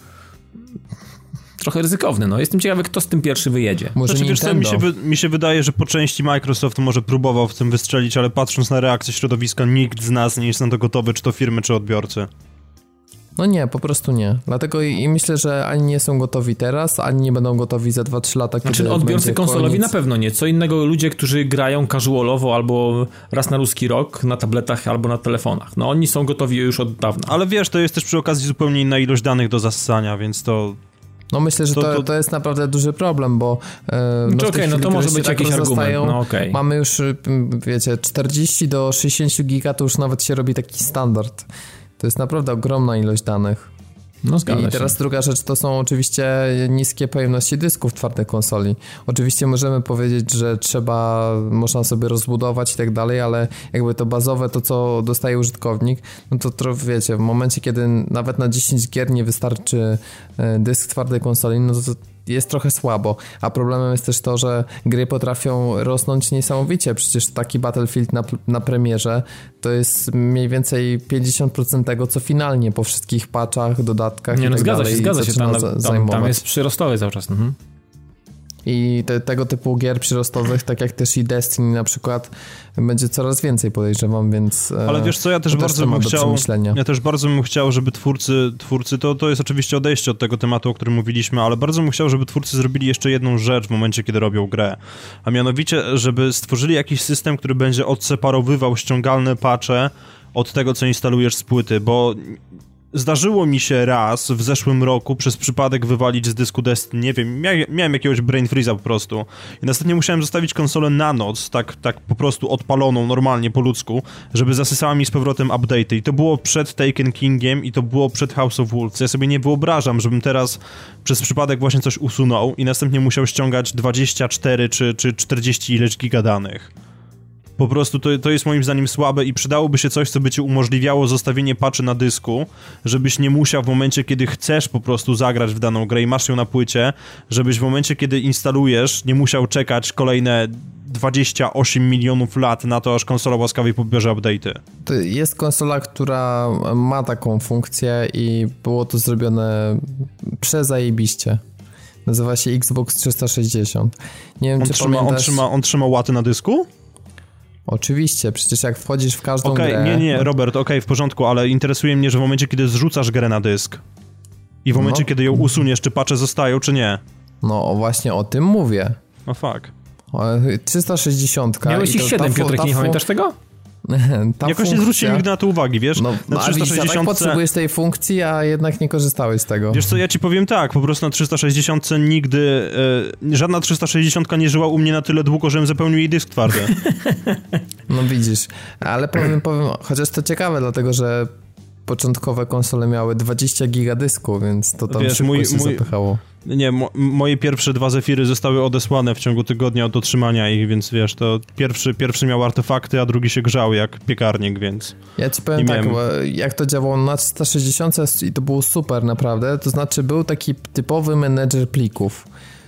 Speaker 3: trochę ryzykowny, no. Jestem ciekawy, kto z tym pierwszy wyjedzie.
Speaker 1: Może
Speaker 2: znaczy, wiesz co, mi się wydaje, że po części Microsoft może próbował w tym wystrzelić, ale patrząc na reakcję środowiska, nikt z nas nie jest na to gotowy, czy to firmy, czy odbiorcy.
Speaker 1: No nie, po prostu nie. Dlatego i myślę, że ani nie są gotowi teraz, ani nie będą gotowi za 2-3 lata, kiedy
Speaker 3: znaczy, odbiorcy konsolowi na pewno nie. Co innego ludzie, którzy grają casualowo albo raz na ruski rok na tabletach albo na telefonach. No oni są gotowi już od dawna.
Speaker 2: Ale wiesz, to jest też przy okazji zupełnie inna ilość danych do zassania, więc to...
Speaker 1: No myślę, że to jest naprawdę duży problem, bo
Speaker 3: no to może być jakiś argument. No, okay.
Speaker 1: Mamy już, wiecie, 40 do 60 giga to już nawet się robi taki standard. To jest naprawdę ogromna ilość danych.
Speaker 3: No zgadza się.
Speaker 1: I teraz druga rzecz to są oczywiście niskie pojemności dysków twardej konsoli. Oczywiście możemy powiedzieć, że można sobie rozbudować i tak dalej, ale jakby to bazowe, to co dostaje użytkownik, no to wiecie, w momencie kiedy nawet na 10 gier nie wystarczy dysk twardej konsoli, no to jest trochę słabo, a problemem jest też to, że gry potrafią rosnąć niesamowicie. Przecież taki Battlefield na premierze to jest mniej więcej 50% tego, co finalnie po wszystkich patchach, dodatkach i tak dalej.
Speaker 3: Zgadza się, tam jest przyrostowy cały czas. Mhm.
Speaker 1: I tego typu gier przyrostowych, tak jak też i Destiny na przykład, będzie coraz więcej, podejrzewam, więc...
Speaker 2: Ale wiesz co, ja też bardzo bym chciał, żeby twórcy to jest oczywiście odejście od tego tematu, o którym mówiliśmy, ale bardzo bym chciał, żeby twórcy zrobili jeszcze jedną rzecz w momencie, kiedy robią grę. A mianowicie, żeby stworzyli jakiś system, który będzie odseparowywał ściągalne patche od tego, co instalujesz z płyty, bo... Zdarzyło mi się raz w zeszłym roku przez przypadek wywalić z dysku Destiny, nie wiem, miałem jakiegoś brain freeze'a po prostu i następnie musiałem zostawić konsolę na noc, tak po prostu odpaloną normalnie po ludzku, żeby zasysała mi z powrotem update'y i to było przed Taken Kingiem i to było przed House of Wolves. Ja sobie nie wyobrażam, żebym teraz przez przypadek właśnie coś usunął i następnie musiał ściągać 24 czy 40 ileś giga danych. Po prostu to jest moim zdaniem słabe i przydałoby się coś, co by ci umożliwiało zostawienie patchy na dysku, żebyś nie musiał w momencie, kiedy chcesz po prostu zagrać w daną grę i masz ją na płycie, żebyś w momencie, kiedy instalujesz, nie musiał czekać kolejne 28 milionów lat na to, aż konsola łaskawie pobierze update'y.
Speaker 1: To jest konsola, która ma taką funkcję i było to zrobione przezajebiście. Nazywa się Xbox 360. Nie wiem, czy pamiętasz...
Speaker 2: On trzyma łaty na dysku?
Speaker 1: Oczywiście, przecież jak wchodzisz w każdą grę...
Speaker 2: Nie, Robert, w porządku, ale interesuje mnie, że w momencie, kiedy zrzucasz grę na dysk i w momencie, kiedy ją usuniesz, czy patche zostają, czy nie?
Speaker 1: No, właśnie o tym mówię.
Speaker 2: No fuck.
Speaker 1: 360.
Speaker 3: Miałeś ich 7, Piotrek, nie pamiętasz tego?
Speaker 2: Jakoś nie zwróciłem nigdy na to uwagi, wiesz?
Speaker 1: Na 360 tak potrzebujesz tej funkcji, a jednak nie korzystałeś z tego.
Speaker 2: Wiesz co, ja ci powiem tak, po prostu na 360 nigdy żadna 360 nie żyła u mnie na tyle długo, żebym zapełnił jej dysk twardy.
Speaker 1: No widzisz, ale powiem, chociaż to ciekawe, dlatego że początkowe konsole miały 20 giga dysku, więc to tam szybko się zapychało.
Speaker 2: Nie, moje pierwsze 2 Zefiry zostały odesłane w ciągu tygodnia od otrzymania ich, więc wiesz, to pierwszy miał artefakty, a drugi się grzał jak piekarnik, więc...
Speaker 1: Ja ci powiem tak, bo jak to działało na 360 i to było super naprawdę, to znaczy był taki typowy menedżer plików.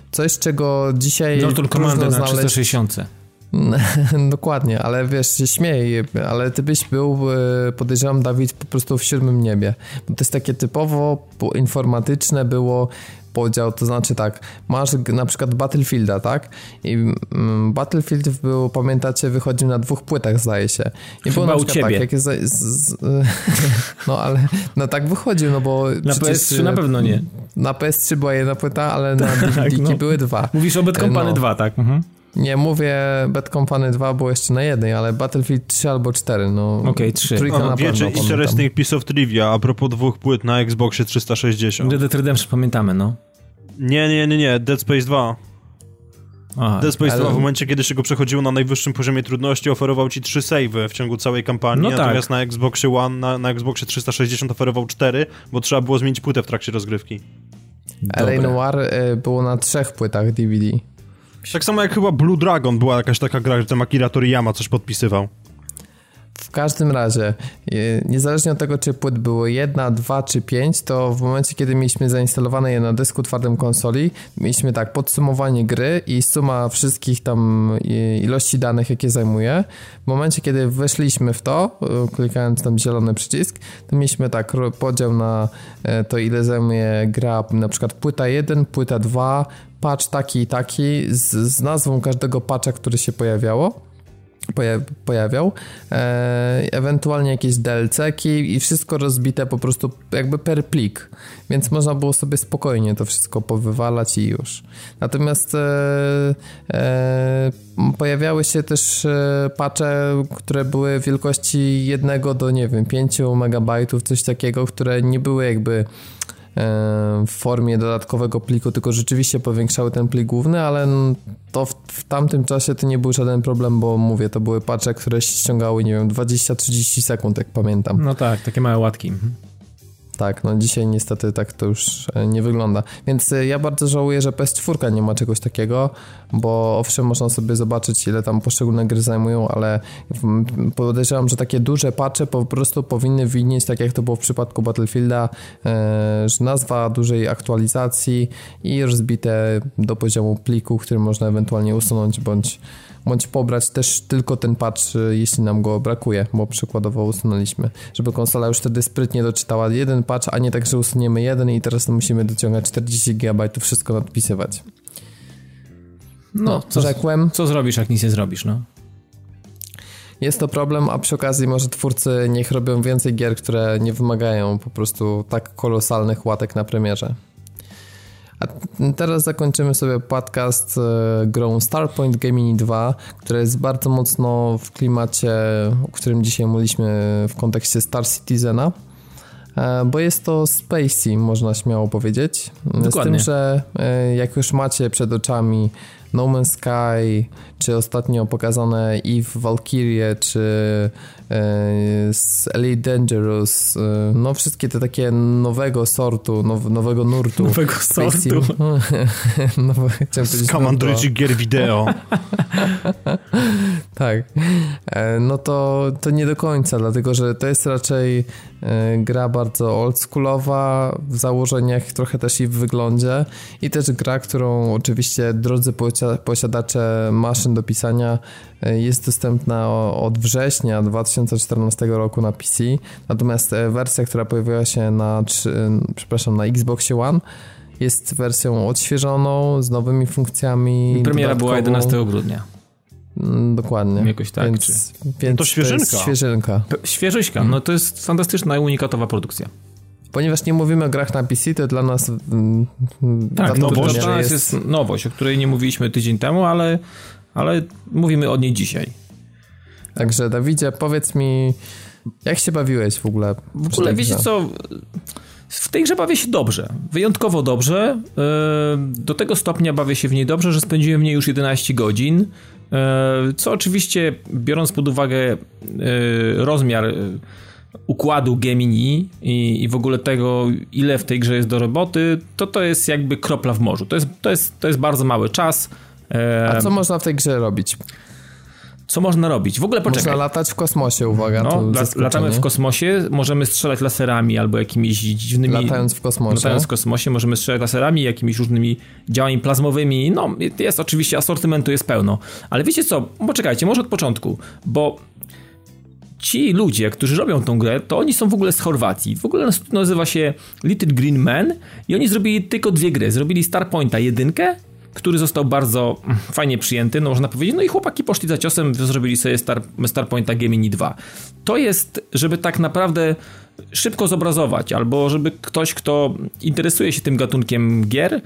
Speaker 1: coś, czego dzisiaj
Speaker 3: Mortal Kommandy na
Speaker 1: znaleźć...
Speaker 3: 360.
Speaker 1: Dokładnie, ale wiesz, się śmieję, ale ty byś był, podejrzewam, Dawid, po prostu w 7. niebie. Bo to jest takie typowo informatyczne było podział, to znaczy tak, masz na przykład Battlefielda, tak? I Battlefield był, pamiętacie, wychodził na 2 płytach, zdaje się. I
Speaker 3: chyba
Speaker 1: było
Speaker 3: u ciebie.
Speaker 1: tak, jak jest no ale no tak wychodził, no bo
Speaker 3: na PS3 na pewno nie.
Speaker 1: Na PS3 była 1 płyta, ale na DVD były 2.
Speaker 3: Mówisz o Bad Company 2, tak? Mhm.
Speaker 1: Nie, mówię Bad Company 2 było jeszcze na 1, ale Battlefield 3 albo 4, no.
Speaker 3: Okej, 3.
Speaker 2: Wiecie, interesting piece of trivia a propos 2 płyt na Xboxie 360.
Speaker 3: Red Dead Redemption pamiętamy, no.
Speaker 2: Nie, Dead Space 2.
Speaker 3: Aha,
Speaker 2: Dead Space 2 w momencie, kiedy się go przechodziło na najwyższym poziomie trudności, oferował ci 3 save'y w ciągu całej kampanii,
Speaker 3: no
Speaker 2: natomiast
Speaker 3: tak.
Speaker 2: na Xboxie One, na Xboxie 360 oferował 4, bo trzeba było zmienić płytę w trakcie rozgrywki.
Speaker 1: L.A. Noire było na 3 płytach DVD.
Speaker 2: Tak samo jak chyba Blue Dragon była jakaś taka gra, że tam Akira Toriyama coś podpisywał.
Speaker 1: W każdym razie, niezależnie od tego, czy płyt było 1, 2 czy 5, to w momencie, kiedy mieliśmy zainstalowane je na dysku twardym konsoli, mieliśmy tak, podsumowanie gry i suma wszystkich tam ilości danych, jakie zajmuje. W momencie, kiedy weszliśmy w to, klikając tam zielony przycisk, to mieliśmy tak podział na to, ile zajmuje gra, na przykład płyta 1, płyta 2, patch taki i taki, z nazwą każdego patcha, który się pojawiał, ewentualnie jakieś DLC-ki i wszystko rozbite po prostu jakby per plik, więc można było sobie spokojnie to wszystko powywalać i już. Natomiast pojawiały się też patche, które były wielkości 1 do, nie wiem, 5 megabajtów, coś takiego, które nie były jakby w formie dodatkowego pliku, tylko rzeczywiście powiększały ten plik główny, ale to w tamtym czasie to nie był żaden problem, bo mówię, to były patche, które się ściągały, nie wiem, 20-30 sekund, jak pamiętam.
Speaker 3: No tak, takie małe łatki.
Speaker 1: Tak, no dzisiaj niestety tak to już nie wygląda. Więc ja bardzo żałuję, że PS4 nie ma czegoś takiego, bo owszem, można sobie zobaczyć, ile tam poszczególne gry zajmują, ale podejrzewam, że takie duże patche po prostu powinny widnieć, tak jak to było w przypadku Battlefielda, że nazwa dużej aktualizacji i rozbite do poziomu pliku, który można ewentualnie usunąć, bądź pobrać też tylko ten patch, jeśli nam go brakuje, bo przykładowo usunęliśmy, żeby konsola już wtedy sprytnie doczytała jeden patch, a nie tak, że usuniemy jeden i teraz musimy dociągać 40 GB, wszystko nadpisywać. No, rzekłem.
Speaker 3: Co zrobisz, jak nic nie zrobisz, no?
Speaker 1: Jest to problem, a przy okazji może twórcy niech robią więcej gier, które nie wymagają po prostu tak kolosalnych łatek na premierze. A teraz zakończymy sobie podcast grą Starpoint Gaming 2, która jest bardzo mocno w klimacie, o którym dzisiaj mówiliśmy w kontekście Star Citizena, bo jest to spacey, można śmiało powiedzieć.
Speaker 3: Dokładnie.
Speaker 1: Z tym, że jak już macie przed oczami No Man's Sky, czy ostatnio pokazane Eve Valkyrie, czy Elite Dangerous, no wszystkie te takie nowego sortu, nowego nurtu.
Speaker 3: Nowego sortu.
Speaker 2: Skamandryci gier wideo.
Speaker 1: Tak. No to nie do końca, dlatego że to jest raczej gra bardzo oldschoolowa w założeniach, trochę też i w wyglądzie i też gra, którą oczywiście drodzy posiadacze maszyn do pisania jest dostępna od września 2014 roku na PC, natomiast wersja, która pojawiła się na Xboxie One jest wersją odświeżoną, z nowymi funkcjami.
Speaker 3: Premiera była 11 grudnia.
Speaker 1: Dokładnie.
Speaker 3: Jakoś tak.
Speaker 1: Więc
Speaker 2: to świeżynka.
Speaker 1: Świeżyśka.
Speaker 3: No to jest fantastyczna i unikatowa produkcja.
Speaker 1: Ponieważ nie mówimy o grach na PC, to dla nas
Speaker 3: tak, nowość. Dla nas jest nowość, o której nie mówiliśmy tydzień temu, ale mówimy o niej dzisiaj.
Speaker 1: Także Dawidzie, powiedz mi, jak się bawiłeś w ogóle?
Speaker 3: W ogóle wiecie co, w tej grze bawię się dobrze, wyjątkowo dobrze, do tego stopnia bawię się w niej dobrze, że spędziłem w niej już 11 godzin, co oczywiście, biorąc pod uwagę rozmiar układu Gemini i w ogóle tego, ile w tej grze jest do roboty, to jest jakby kropla w morzu. To jest bardzo mały czas.
Speaker 1: A co można w tej grze robić?
Speaker 3: Co można robić? W ogóle poczekaj.
Speaker 1: Można latać w kosmosie, uwaga.
Speaker 3: No, latamy w kosmosie, możemy strzelać laserami albo jakimiś dziwnymi...
Speaker 1: Latając w kosmosie
Speaker 3: możemy strzelać laserami, jakimiś różnymi działami plazmowymi. No, jest oczywiście, asortymentu jest pełno. Ale wiecie co? Poczekajcie, może od początku, bo ci ludzie, którzy robią tą grę, to oni są w ogóle z Chorwacji. W ogóle nazywa się Little Green Man i oni zrobili tylko 2 gry. Zrobili Starpointa 1, który został bardzo fajnie przyjęty, no można powiedzieć, no i chłopaki poszli za ciosem, zrobili sobie Starpointa Gemini 2. To jest, żeby tak naprawdę szybko zobrazować, albo żeby ktoś, kto interesuje się tym gatunkiem gier,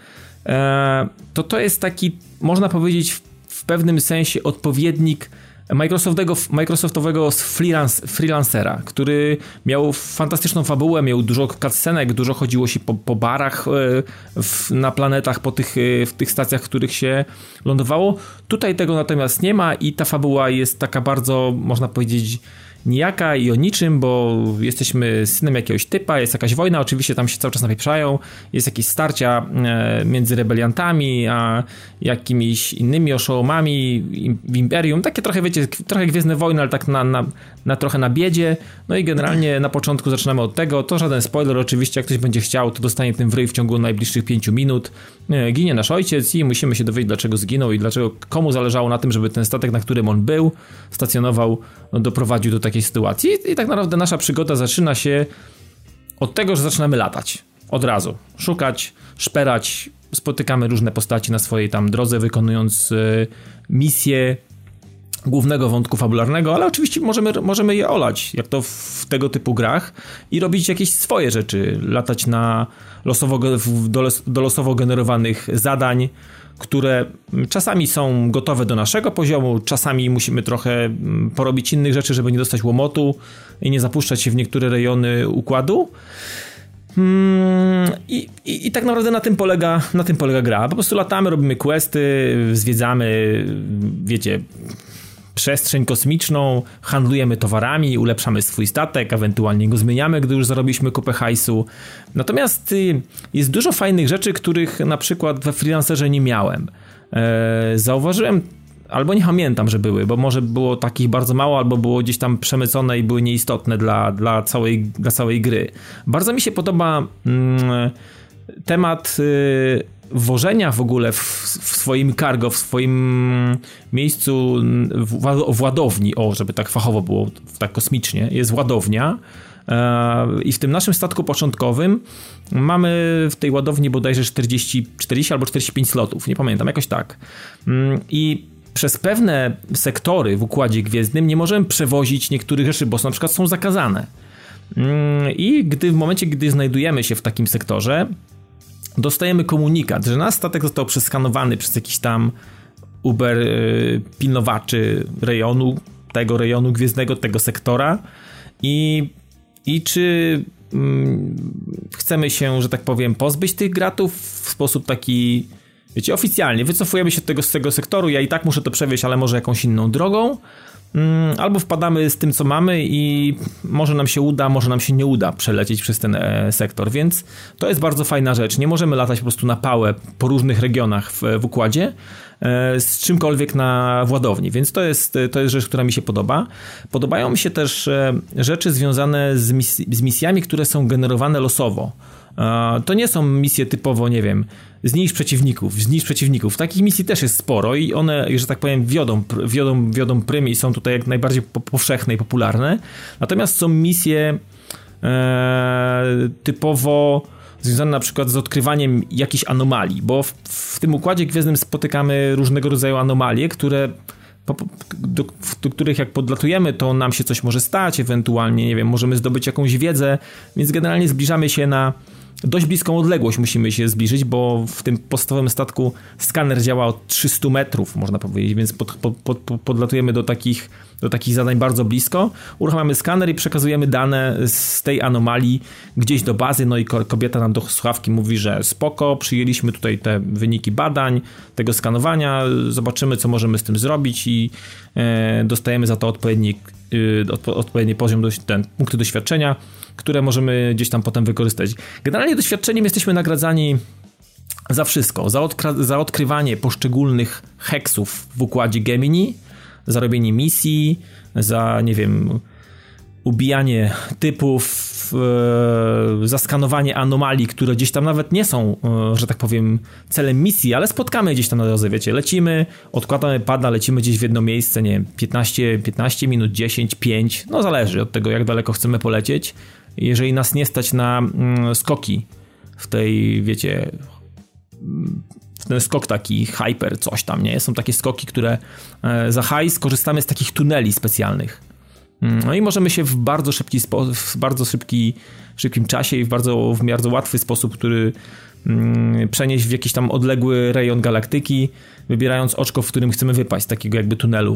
Speaker 3: to jest taki, można powiedzieć, w pewnym sensie odpowiednik Microsoftowego freelancera, który miał fantastyczną fabułę, miał dużo cutscenek, dużo chodziło się po barach na planetach, w tych stacjach, w których się lądowało. Tutaj tego natomiast nie ma i ta fabuła jest taka bardzo, można powiedzieć, nijaka i o niczym, bo jesteśmy synem jakiegoś typa, jest jakaś wojna, oczywiście tam się cały czas napieprzają, jest jakieś starcia między rebeliantami a jakimiś innymi oszołomami w Imperium, takie trochę, wiecie, trochę Gwiezdne Wojny, ale tak trochę na biedzie. No i generalnie na początku zaczynamy od tego, to żaden spoiler, oczywiście jak ktoś będzie chciał, to dostanie ten wryj w ciągu najbliższych 5 minut. Ginie nasz ojciec i musimy się dowiedzieć, dlaczego zginął i komu zależało na tym, żeby ten statek, na którym on był, stacjonował, doprowadził do takiej sytuacji. I tak naprawdę nasza przygoda zaczyna się od tego, że zaczynamy latać. Od razu. Szukać, szperać, spotykamy różne postaci na swojej tam drodze, wykonując misje głównego wątku fabularnego, ale oczywiście możemy je olać, jak to w tego typu grach i robić jakieś swoje rzeczy, latać na do losowo generowanych zadań, które czasami są gotowe do naszego poziomu, czasami musimy trochę porobić innych rzeczy, żeby nie dostać łomotu i nie zapuszczać się w niektóre rejony układu. I tak naprawdę na tym polega gra. Po prostu latamy, robimy questy, zwiedzamy, wiecie, przestrzeń kosmiczną, handlujemy towarami, ulepszamy swój statek, ewentualnie go zmieniamy, gdy już zarobiliśmy kupę hajsu. Natomiast jest dużo fajnych rzeczy, których na przykład we freelancerze nie miałem. Zauważyłem, albo nie pamiętam, że były, bo może było takich bardzo mało, albo było gdzieś tam przemycone i były nieistotne dla całej gry. Bardzo mi się podoba temat wożenia w ogóle w swoim cargo, w swoim miejscu w ładowni, żeby tak fachowo było, tak kosmicznie, jest ładownia i w tym naszym statku początkowym mamy w tej ładowni bodajże 40 albo 45 slotów, nie pamiętam, jakoś tak. I przez pewne sektory w Układzie Gwiezdnym nie możemy przewozić niektórych rzeczy, bo na przykład są zakazane. I w momencie, gdy znajdujemy się w takim sektorze, dostajemy komunikat, że nasz statek został przeskanowany przez jakiś tam Uber pilnowaczy tego rejonu gwiezdnego, tego sektora i czy chcemy się, że tak powiem, pozbyć tych gratów w sposób taki, wiecie, oficjalnie. Wycofujemy się z tego sektoru, ja i tak muszę to przewieźć, ale może jakąś inną drogą. Albo wpadamy z tym, co mamy i może nam się uda, może nam się nie uda przelecieć przez ten sektor, więc to jest bardzo fajna rzecz. Nie możemy latać po prostu na pałę po różnych regionach w układzie z czymkolwiek na ładowni, więc to jest rzecz, która mi się podoba. Podobają mi się też rzeczy związane z misjami, które są generowane losowo. To nie są misje typowo, nie wiem, zniszcz przeciwników. Takich misji też jest sporo i one, że tak powiem, wiodą prym i są tutaj jak najbardziej powszechne i popularne. Natomiast są misje typowo związane na przykład z odkrywaniem jakichś anomalii, bo w tym Układzie Gwiezdnym spotykamy różnego rodzaju anomalie, do których jak podlatujemy, to nam się coś może stać, ewentualnie, nie wiem, możemy zdobyć jakąś wiedzę, więc generalnie zbliżamy się na dość bliską odległość, musimy się zbliżyć, bo w tym podstawowym statku skaner działa od 300 metrów, można powiedzieć, więc podlatujemy do takich zadań bardzo blisko, uruchamiamy skaner i przekazujemy dane z tej anomalii gdzieś do bazy, no i kobieta nam do słuchawki mówi, że spoko, przyjęliśmy tutaj te wyniki badań, tego skanowania, zobaczymy, co możemy z tym zrobić i dostajemy za to odpowiedni poziom, punkty doświadczenia, które możemy gdzieś tam potem wykorzystać. Generalnie doświadczeniem jesteśmy nagradzani za wszystko, za odkrywanie poszczególnych heksów w Układzie Gemini, za robienie misji, za, nie wiem, ubijanie typów, za skanowanie anomalii, które gdzieś tam nawet nie są, że tak powiem, celem misji, ale spotkamy gdzieś tam na drodze, wiecie, lecimy, odkładamy pada, lecimy gdzieś w jedno miejsce, nie wiem, 15 minut, 10, 5, no zależy od tego, jak daleko chcemy polecieć. Jeżeli nas nie stać na skoki w tej, wiecie, w ten skok taki hyper, coś tam, nie? Są takie skoki, które za hajs korzystamy z takich tuneli specjalnych. No i możemy się w bardzo szybkim czasie i w bardzo łatwy sposób, który przenieść w jakiś tam odległy rejon galaktyki, wybierając oczko, w którym chcemy wypaść z takiego jakby tunelu.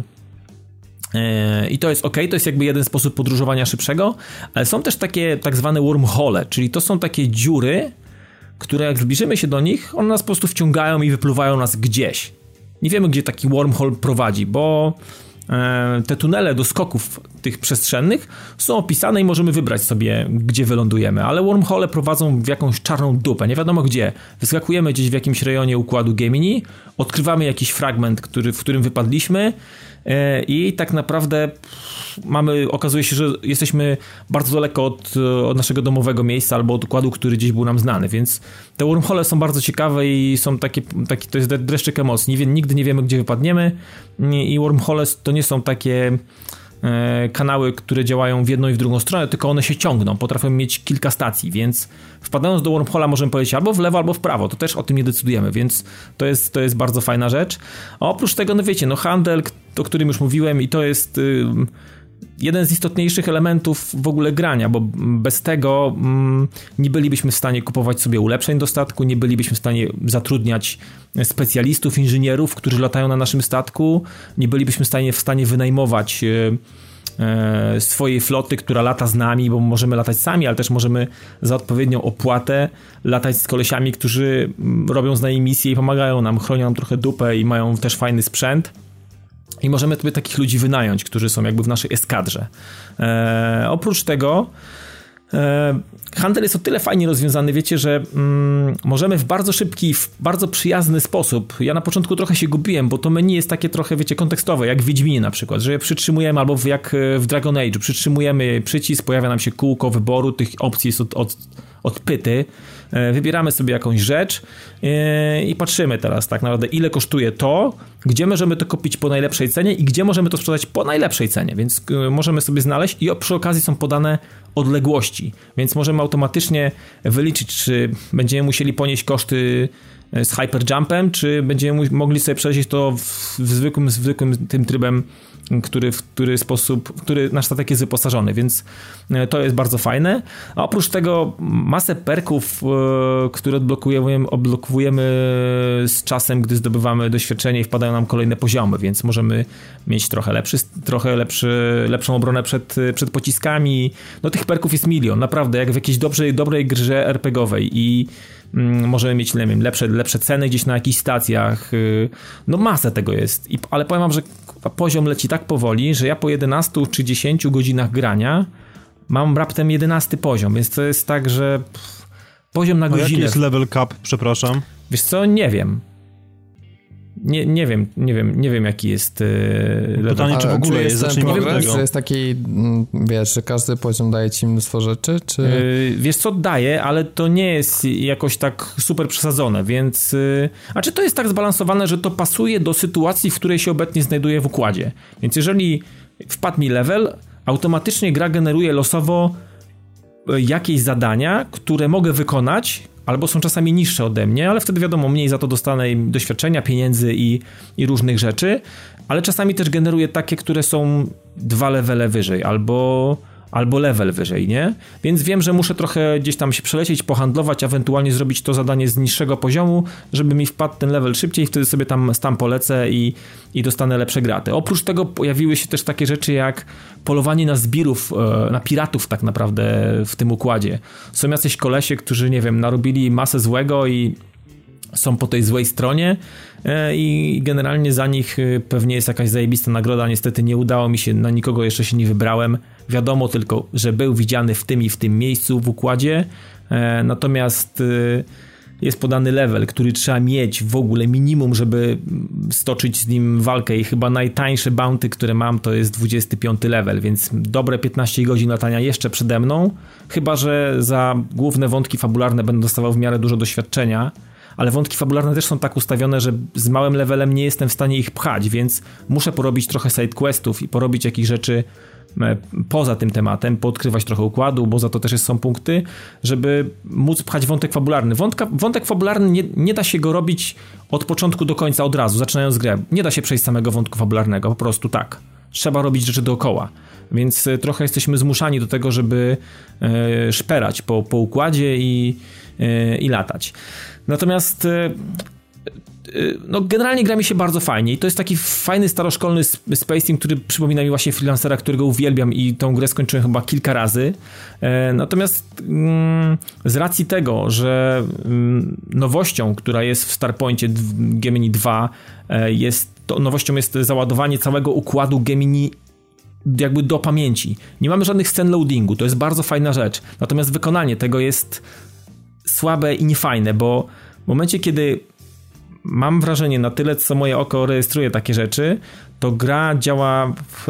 Speaker 3: I to jest ok, to jest jakby jeden sposób podróżowania szybszego, ale są też takie tak zwane wormhole, czyli to są takie dziury, które jak zbliżymy się do nich, one nas po prostu wciągają i wypluwają nas gdzieś. Nie wiemy, gdzie taki wormhole prowadzi, bo te tunele do skoków tych przestrzennych są opisane i możemy wybrać sobie, gdzie wylądujemy, ale wormhole prowadzą w jakąś czarną dupę, nie wiadomo gdzie. Wyskakujemy gdzieś w jakimś rejonie układu Gemini, odkrywamy jakiś fragment, w którym wypadliśmy i tak naprawdę okazuje się, że jesteśmy bardzo daleko od naszego domowego miejsca albo od układu, który gdzieś był nam znany, więc te wormhole są bardzo ciekawe i są taki to jest dreszczyk emocji. Nigdy nie wiemy, gdzie wypadniemy i wormhole to nie są takie kanały, które działają w jedną i w drugą stronę, tylko one się ciągną, potrafią mieć kilka stacji, więc wpadając do wormhola możemy powiedzieć albo w lewo, albo w prawo, to też o tym nie decydujemy, więc to jest bardzo fajna rzecz. A oprócz tego, no wiecie, no handel, o którym już mówiłem i to jest jeden z istotniejszych elementów w ogóle grania, bo bez tego nie bylibyśmy w stanie kupować sobie ulepszeń do statku, nie bylibyśmy w stanie zatrudniać specjalistów, inżynierów, którzy latają na naszym statku, nie bylibyśmy w stanie wynajmować swojej floty, która lata z nami, bo możemy latać sami, ale też możemy za odpowiednią opłatę latać z kolesiami, którzy robią z nami misje i pomagają nam, chronią nam trochę dupę i mają też fajny sprzęt. I możemy sobie takich ludzi wynająć, którzy są jakby w naszej eskadrze. Oprócz tego handel jest o tyle fajnie rozwiązany, wiecie, że możemy w bardzo szybki, w bardzo przyjazny sposób, ja na początku trochę się gubiłem, bo to menu jest takie trochę, wiecie, kontekstowe, jak w Wiedźminie na przykład, że przytrzymujemy, albo jak w Dragon Age'u, przytrzymujemy przycisk, pojawia nam się kółko wyboru, tych opcji jest od pyty, wybieramy sobie jakąś rzecz i patrzymy teraz tak naprawdę, ile kosztuje to, gdzie możemy to kupić po najlepszej cenie i gdzie możemy to sprzedać po najlepszej cenie, więc możemy sobie znaleźć i przy okazji są podane odległości, więc możemy automatycznie wyliczyć, czy będziemy musieli ponieść koszty z hyperjumpem, czy będziemy mogli sobie przelecieć to w zwykłym tym trybem, w który nasz statek jest wyposażony, więc to jest bardzo fajne. A oprócz tego masę perków, które odblokowujemy z czasem, gdy zdobywamy doświadczenie i wpadają nam kolejne poziomy, więc możemy mieć trochę lepszą obronę przed pociskami. No tych perków jest milion, naprawdę, jak w jakiejś dobrej grze RPG-owej i możemy mieć, nie wiem, lepsze ceny gdzieś na jakichś stacjach. No masę tego jest. Ale powiem wam, że poziom leci tak powoli, że ja po 11 czy 10 godzinach grania mam raptem 11 poziom, więc to jest tak, że poziom na godzinę.
Speaker 2: A jaki jest level cap, przepraszam?
Speaker 3: Wiesz co, nie wiem. Nie wiem jaki jest
Speaker 2: pytanie, czy w ogóle jest, zacznijmy od tego.
Speaker 1: Czy jest taki, wiesz, że każdy poziom daje ci mnóstwo rzeczy, czy...
Speaker 3: Wiesz co, daje, ale to nie jest jakoś tak super przesadzone, więc... A czy to jest tak zbalansowane, że to pasuje do sytuacji, w której się obecnie znajduję w układzie. Więc jeżeli wpadł mi level, automatycznie gra generuje losowo jakieś zadania, które mogę wykonać, albo są czasami niższe ode mnie, ale wtedy wiadomo, mniej za to dostanę doświadczenia, pieniędzy i różnych rzeczy, ale czasami też generuje takie, które są 2 levele wyżej, albo level wyżej, nie? Więc wiem, że muszę trochę gdzieś tam się przelecieć, pohandlować, ewentualnie zrobić to zadanie z niższego poziomu, żeby mi wpadł ten level szybciej, wtedy sobie tam polecę i dostanę lepsze graty. Oprócz tego pojawiły się też takie rzeczy jak polowanie na zbirów, na piratów tak naprawdę w tym układzie. Są jacyś kolesie, którzy, nie wiem, narobili masę złego i są po tej złej stronie i generalnie za nich pewnie jest jakaś zajebista nagroda. Niestety nie udało mi się, na nikogo jeszcze się nie wybrałem. Wiadomo tylko, że był widziany w tym i w tym miejscu w układzie. Natomiast jest podany level, który trzeba mieć w ogóle minimum, żeby stoczyć z nim walkę i chyba najtańsze bounty, które mam, to jest 25 level, więc dobre 15 godzin latania jeszcze przede mną, chyba że za główne wątki fabularne będę dostawał w miarę dużo doświadczenia, ale wątki fabularne też są tak ustawione, że z małym levelem nie jestem w stanie ich pchać, więc muszę porobić trochę sidequestów i porobić jakieś rzeczy poza tym tematem, poodkrywać trochę układu, bo za to też są punkty, żeby móc pchać wątek fabularny. Wątek fabularny nie da się go robić od początku do końca od razu, zaczynając grę. Nie da się przejść samego wątku fabularnego, po prostu tak. Trzeba robić rzeczy dookoła. Więc trochę jesteśmy zmuszani do tego, żeby szperać po układzie i latać. Natomiast no generalnie gra mi się bardzo fajnie i to jest taki fajny, staroszkolny Space Team, który przypomina mi właśnie Freelancera, którego uwielbiam i tą grę skończyłem chyba kilka razy. Natomiast z racji tego, że nowością, która jest w Starpoincie Gemini 2 nowością jest załadowanie całego układu Gemini jakby do pamięci. Nie mamy żadnych scen loadingu, to jest bardzo fajna rzecz. Natomiast wykonanie tego jest słabe i niefajne, bo w momencie, kiedy mam wrażenie, na tyle co moje oko rejestruje takie rzeczy, to gra działa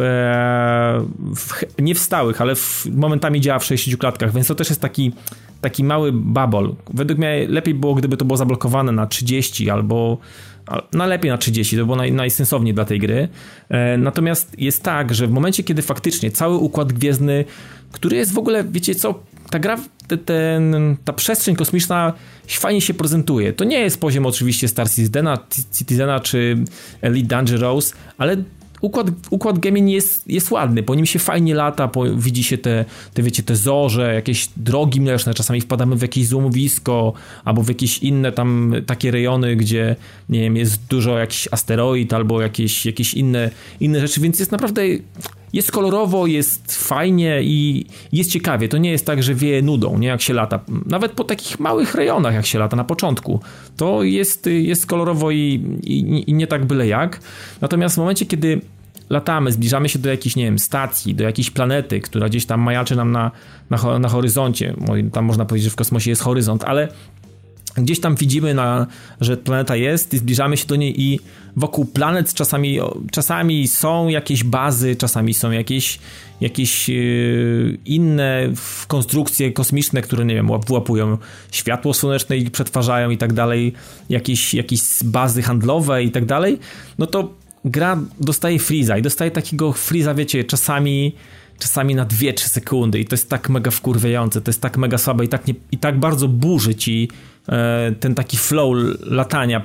Speaker 3: nie w stałych, ale momentami działa w 60 klatkach, więc to też jest taki mały bubble. Według mnie lepiej było, gdyby to było zablokowane na 30 albo lepiej na 30, to było najsensowniej dla tej gry. Natomiast jest tak, że w momencie, kiedy faktycznie cały układ gwiezdny, który jest w ogóle, wiecie co, ta gra, ta przestrzeń kosmiczna fajnie się prezentuje. To nie jest poziom oczywiście Star Citizena czy Elite Dangerous, ale układ Gemini jest ładny, po nim się fajnie lata, widzi się wiecie, te zorze, jakieś drogi mleczne, czasami wpadamy w jakieś złomowisko, albo w jakieś inne tam takie rejony, gdzie nie wiem, jest dużo jakichś asteroid, albo jakieś inne rzeczy, więc jest naprawdę, jest kolorowo, jest fajnie i jest ciekawie. To nie jest tak, że wieje nudą, nie, jak się lata. Nawet po takich małych rejonach, jak się lata na początku, to jest kolorowo i nie tak byle jak. Natomiast w momencie, kiedy latamy, zbliżamy się do jakiejś, nie wiem, stacji, do jakiejś planety, która gdzieś tam majaczy nam na horyzoncie. Tam można powiedzieć, że w kosmosie jest horyzont, ale gdzieś tam widzimy, że planeta jest i zbliżamy się do niej i wokół planet czasami są jakieś bazy, czasami są jakieś inne konstrukcje kosmiczne, które, nie wiem, wyłapują światło słoneczne i przetwarzają i tak dalej, jakieś bazy handlowe i tak dalej, no to gra dostaje freeza i dostaje takiego freeza, wiecie, czasami na 2-3 sekundy i to jest tak mega wkurwiające, to jest tak mega słabe i tak bardzo burzy ci ten taki flow latania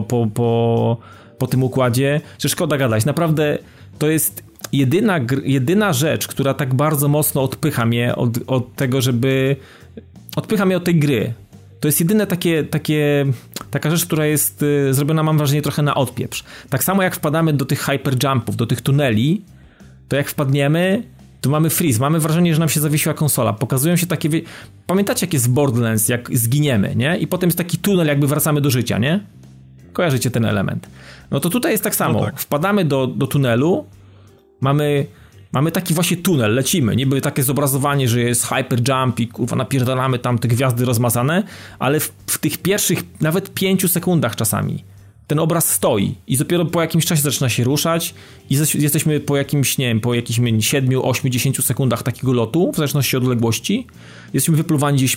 Speaker 3: po tym układzie, że szkoda gadać. Naprawdę to jest jedyna rzecz, która tak bardzo mocno odpycha mnie od tego, odpycha mnie od tej gry. To jest jedyne taka rzecz, która jest zrobiona, mam wrażenie, trochę na odpieprz. Tak samo jak wpadamy do tych hyperjumpów, do tych tuneli, to jak wpadniemy, to mamy freeze, mamy wrażenie, że nam się zawiesiła konsola. Pokazują się takie... Pamiętacie, jak jest w Borderlands, jak zginiemy, nie? I potem jest taki tunel, jakby wracamy do życia, nie? Kojarzycie ten element. No to tutaj jest tak samo. No tak. Wpadamy do tunelu, mamy taki właśnie tunel, lecimy. Niby takie zobrazowanie, że jest hyperjump i kurwa napierdalamy tam te gwiazdy rozmazane, ale w tych pierwszych nawet 5 sekundach czasami ten obraz stoi i dopiero po jakimś czasie zaczyna się ruszać i jesteśmy po jakimś, nie wiem, po jakichś 7, 8, 10 sekundach takiego lotu, w zależności od odległości. Jesteśmy wypluwani gdzieś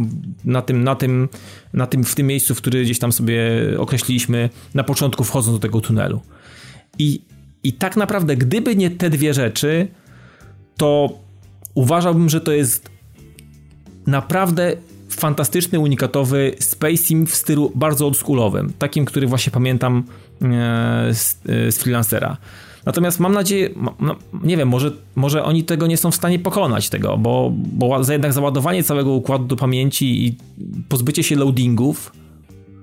Speaker 3: w tym miejscu, w które gdzieś tam sobie określiliśmy na początku, wchodząc do tego tunelu. I tak naprawdę, gdyby nie te dwie rzeczy, to uważałbym, że to jest naprawdę fantastyczny, unikatowy Space Sim w stylu bardzo oldschoolowym, takim, który właśnie pamiętam z Freelancera. Natomiast mam nadzieję, nie wiem, może oni tego nie są w stanie pokonać tego, bo jednak załadowanie całego układu do pamięci i pozbycie się loadingów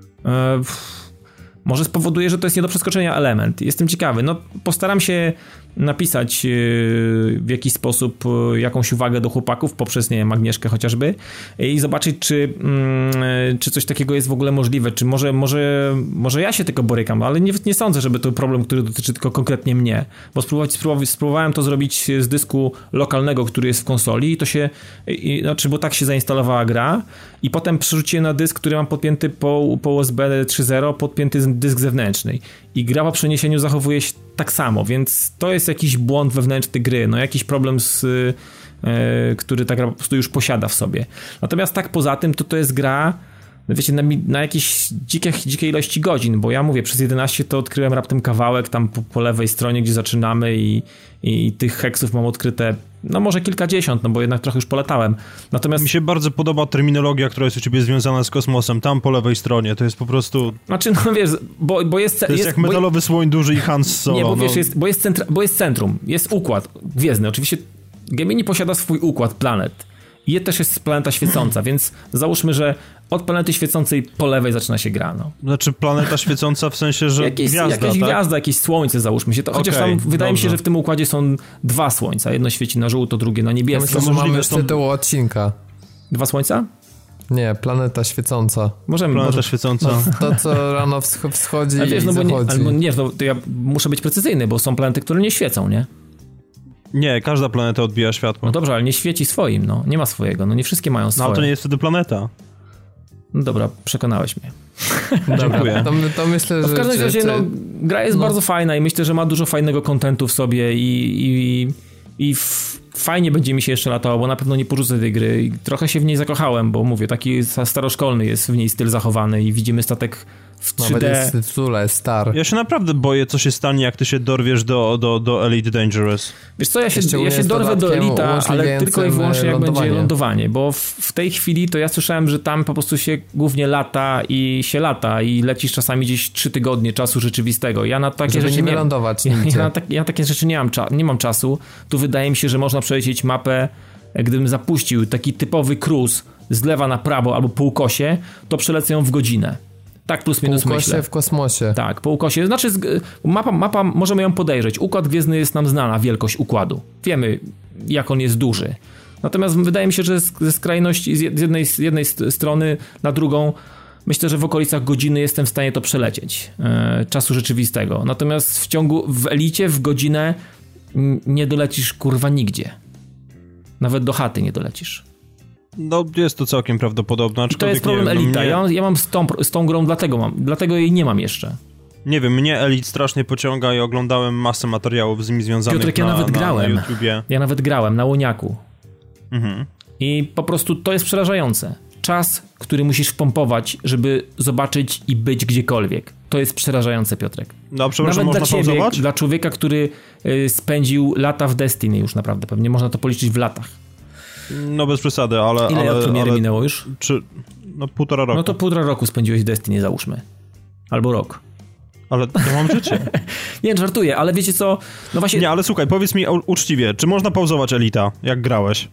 Speaker 3: może spowoduje, że to jest nie do przeskoczenia element. Jestem ciekawy. No, postaram się napisać w jakiś sposób jakąś uwagę do chłopaków poprzez, nie wiem, Agnieszkę chociażby i zobaczyć, czy coś takiego jest w ogóle możliwe, czy może ja się tylko borykam, ale nie sądzę, żeby to problem, który dotyczy tylko konkretnie mnie, bo spróbowałem to zrobić z dysku lokalnego, który jest w konsoli i to się, bo tak się zainstalowała gra i potem przerzuciłem na dysk, który mam podpięty po USB 3.0, podpięty dysk zewnętrzny i gra po przeniesieniu zachowuje się tak samo, więc to jest jakiś błąd wewnętrzny gry, jakiś problem który ta gra po prostu już posiada w sobie. Natomiast tak poza tym, to jest gra, wiecie, na jakieś dzikiej ilości godzin, bo ja mówię, przez 11 to odkryłem raptem kawałek tam po lewej stronie, gdzie zaczynamy i tych heksów mam odkryte, może kilkadziesiąt, bo jednak trochę już polatałem. Natomiast
Speaker 2: mi się bardzo podoba terminologia, która jest u ciebie związana z kosmosem, tam po lewej stronie, to jest po prostu...
Speaker 3: Znaczy, wiesz, bo jest...
Speaker 2: To jest jak metalowy słoń duży i Han Solo.
Speaker 3: Nie, bo wiesz, bo jest centrum, jest układ gwiezdny. Oczywiście Gemini posiada swój układ planet. I też jest planeta świecąca, więc załóżmy, że od planety świecącej po lewej zaczyna się gra.
Speaker 2: Znaczy planeta świecąca w sensie, że gwiazda,
Speaker 3: jakaś
Speaker 2: tak?
Speaker 3: gwiazda, jakieś słońce, załóżmy się. Chociaż tam wydaje mi się, że w tym układzie są 2 słońca. Jedno świeci na żółto, drugie na niebiesko.
Speaker 1: Ja myślę, że mamy tytuł odcinka.
Speaker 3: 2 słońca?
Speaker 1: Nie, planeta świecąca.
Speaker 2: Planeta świecąca.
Speaker 1: To, co rano wschodzi
Speaker 3: wiesz,
Speaker 1: i zachodzi.
Speaker 3: To ja muszę być precyzyjny, bo są planety, które nie świecą, nie?
Speaker 2: Nie, każda planeta odbija światło.
Speaker 3: No dobrze, ale nie świeci swoim, nie ma swojego, nie wszystkie mają swoje.
Speaker 2: No ale to nie jest wtedy planeta.
Speaker 3: No dobra, przekonałeś mnie.
Speaker 2: Dziękuję.
Speaker 1: To myślę, że...
Speaker 3: W każdym razie, gra jest bardzo fajna i myślę, że ma dużo fajnego kontentu w sobie i fajnie będzie mi się jeszcze latało, bo na pewno nie porzucę tej gry i trochę się w niej zakochałem, bo mówię, taki staroszkolny jest w niej styl zachowany i widzimy statek w 3D.
Speaker 1: Nawet jest w tytule Star.
Speaker 2: Ja się naprawdę boję, co się stanie, jak ty się dorwiesz do Elite Dangerous.
Speaker 3: Wiesz co, ja się dorwę do Elita, ale tylko i wyłącznie jak będzie lądowanie, bo w tej chwili to ja słyszałem, że tam po prostu się głównie lata i lecisz czasami gdzieś 3 tygodnie czasu rzeczywistego. Ja na takie rzeczy
Speaker 1: nie lądować
Speaker 3: ja na takie rzeczy nie mam czasu. Tu wydaje mi się, że można przelecieć mapę, gdybym zapuścił taki typowy cruise z lewa na prawo albo po ukosie, to przelecę ją w godzinę. Tak plus minus myślę.
Speaker 1: Po ukosie w kosmosie.
Speaker 3: Tak, po ukosie. Znaczy mapa, możemy ją podejrzeć. Układ gwiezdny jest nam znana, wielkość układu. Wiemy, jak on jest duży. Natomiast wydaje mi się, że ze skrajności z jednej strony na drugą myślę, że w okolicach godziny jestem w stanie to przelecieć. Czasu rzeczywistego. Natomiast w Elicie w godzinę nie dolecisz kurwa nigdzie. Nawet do chaty nie dolecisz.
Speaker 2: No jest to całkiem prawdopodobne.
Speaker 3: I to jest problem Elita. Ja mam z tą grą, dlatego jej nie mam jeszcze.
Speaker 2: Nie wiem, mnie Elite strasznie pociąga i oglądałem masę materiałów z nimi związanych.
Speaker 3: Piotrek, ja nawet grałem.
Speaker 2: Na YouTubie.
Speaker 3: Ja nawet grałem na łoniaku.
Speaker 2: Mhm.
Speaker 3: I po prostu to jest przerażające. Czas, który musisz wpompować, żeby zobaczyć i być gdziekolwiek. To jest przerażające, Piotrek.
Speaker 2: No, przepraszam,
Speaker 3: nawet
Speaker 2: można pauzować?
Speaker 3: Dla człowieka, który spędził lata w Destiny już naprawdę, pewnie można to policzyć w latach.
Speaker 2: No bez przesady, ale...
Speaker 3: Ile od premiery minęło już?
Speaker 2: No 1,5 roku.
Speaker 3: No to 1,5 roku spędziłeś w Destiny, załóżmy. Albo rok.
Speaker 2: Ale ja mam życie.
Speaker 3: Nie, żartuję, ale wiecie co? No właśnie...
Speaker 2: Nie, ale słuchaj, powiedz mi uczciwie, czy można pauzować Elita, jak grałeś?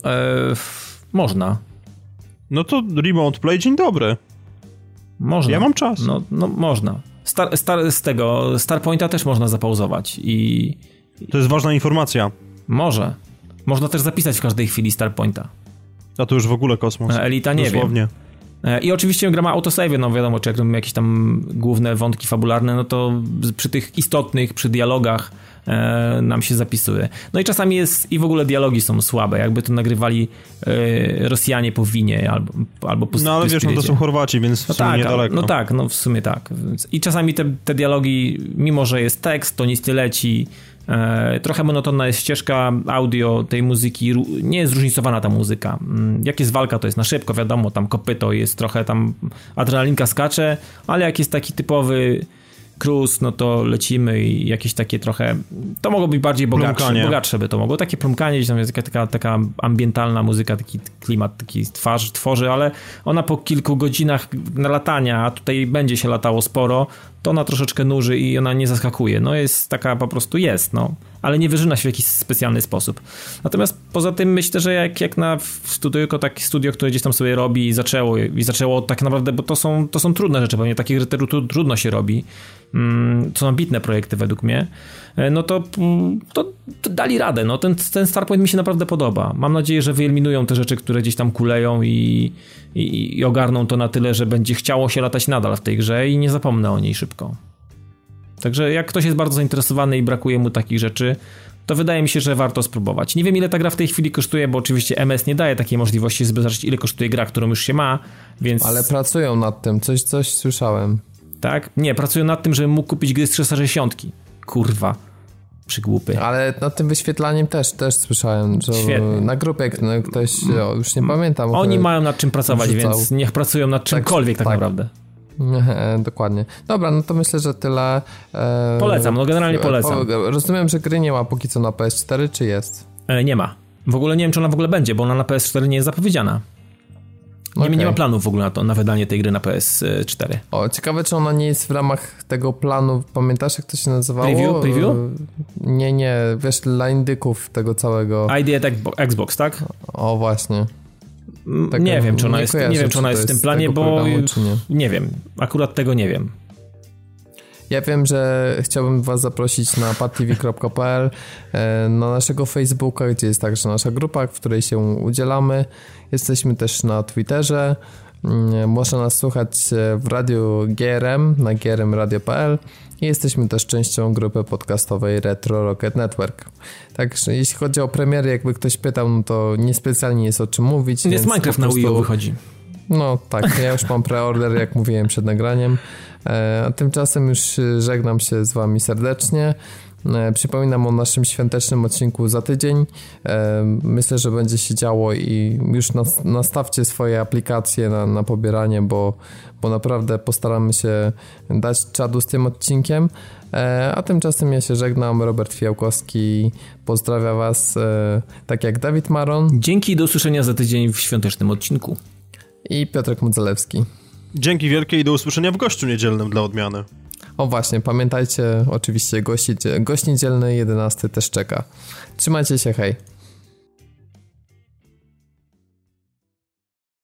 Speaker 3: Można.
Speaker 2: No to Remote Play, dzień dobry.
Speaker 3: Można.
Speaker 2: Ja mam czas.
Speaker 3: No można. Starpointa też można zapauzować i...
Speaker 2: To jest ważna informacja.
Speaker 3: Może. Można też zapisać w każdej chwili Starpointa.
Speaker 2: A to już w ogóle kosmos.
Speaker 3: Elita nie
Speaker 2: dosłownie.
Speaker 3: Wiem. I oczywiście gra ma autosave, no wiadomo, czy jak robimy jakieś tam główne wątki fabularne, no to przy tych istotnych, przy dialogach nam się zapisuje. No i czasami i w ogóle dialogi są słabe, jakby to nagrywali Rosjanie po winie albo po
Speaker 2: No ale wiesz, no to są Chorwaci, więc w sumie niedaleko.
Speaker 3: No tak, no w sumie tak. I czasami te dialogi, mimo że jest tekst, to nic nie leci. Trochę monotonna jest ścieżka audio tej muzyki, nie jest zróżnicowana ta muzyka. Jak jest walka, to jest na szybko, wiadomo, tam kopyto jest trochę, tam adrenalinka skacze, ale jak jest taki typowy cruise, no to lecimy i jakieś takie trochę, to mogło być bardziej bogatsze by to mogło, takie plumkanie, tam jest taka ambientalna muzyka, taki klimat, taki tworzy, ale ona po kilku godzinach latania, a tutaj będzie się latało sporo, to ona troszeczkę nuży i ona nie zaskakuje. No jest taka, po prostu jest, no. Ale nie wyżyna się w jakiś specjalny sposób. Natomiast poza tym myślę, że jak na studioko, takie studio, które gdzieś tam sobie robi i zaczęło tak naprawdę, bo to są trudne rzeczy, pewnie takie gry trudno się robi. To są ambitne projekty według mnie. No to dali radę. No ten Starpoint mi się naprawdę podoba. Mam nadzieję, że wyeliminują te rzeczy, które gdzieś tam kuleją i ogarną to na tyle, że będzie chciało się latać nadal w tej grze i nie zapomnę o niej szybko. Także jak ktoś jest bardzo zainteresowany i brakuje mu takich rzeczy, to wydaje mi się, że warto spróbować. Nie wiem, ile ta gra w tej chwili kosztuje, bo oczywiście MS nie daje takiej możliwości, żeby zobaczyć, ile kosztuje gra, którą już się ma, więc...
Speaker 1: Ale pracują nad tym, coś słyszałem.
Speaker 3: Tak? Nie, pracują nad tym, żebym mógł kupić gry z 360. Kurwa. Przygłupy.
Speaker 1: Ale nad tym wyświetlaniem też słyszałem, że świetnie. Na grupie ktoś, już nie pamiętam.
Speaker 3: Oni mają nad czym pracować, więc niech pracują nad czymkolwiek tak naprawdę.
Speaker 1: Dokładnie. Dobra, no to myślę, że tyle.
Speaker 3: Polecam, no generalnie polecam.
Speaker 1: Rozumiem, że gry nie ma póki co na PS4, czy jest?
Speaker 3: Nie ma. W ogóle nie wiem, czy ona w ogóle będzie, bo ona na PS4 nie jest zapowiedziana. Nie ma planów w ogóle na wydanie tej gry na PS4.
Speaker 1: O, ciekawe, czy ona nie jest w ramach tego planu, pamiętasz, jak to się nazywało?
Speaker 3: Preview?
Speaker 1: Nie, wiesz, dla indyków tego całego...
Speaker 3: ID at Xbox, tak?
Speaker 1: O, właśnie.
Speaker 3: Tak, nie wiem, czy ona jest w tym planie, bo programu, nie wiem. Akurat tego nie wiem.
Speaker 1: Ja wiem, że chciałbym was zaprosić na padtv.pl, na naszego Facebooka, gdzie jest także nasza grupa, w której się udzielamy. Jesteśmy też na Twitterze. Można nas słuchać w radiu GRM na grmradio.pl i jesteśmy też częścią grupy podcastowej Retro Rocket Network. Także jeśli chodzi o premiery, jakby ktoś pytał, no to niespecjalnie jest o czym mówić.
Speaker 3: Jest Minecraft na Wii U wychodzi.
Speaker 1: No tak, ja już mam preorder, jak mówiłem przed nagraniem. A tymczasem już żegnam się z wami serdecznie. Przypominam o naszym świątecznym odcinku za tydzień. Myślę, że będzie się działo i już nastawcie swoje aplikacje na pobieranie, bo naprawdę postaramy się dać czadu z tym odcinkiem. A tymczasem ja się żegnam, Robert Fiałkowski pozdrawia was, tak jak Dawid Maron.
Speaker 3: Dzięki i do usłyszenia za tydzień w świątecznym odcinku.
Speaker 1: I Piotrek Modzelewski.
Speaker 2: Dzięki wielkie i do usłyszenia w gościu niedzielnym dla odmiany.
Speaker 1: O właśnie, pamiętajcie, oczywiście gość niedzielny 11 też czeka. Trzymajcie się, hej.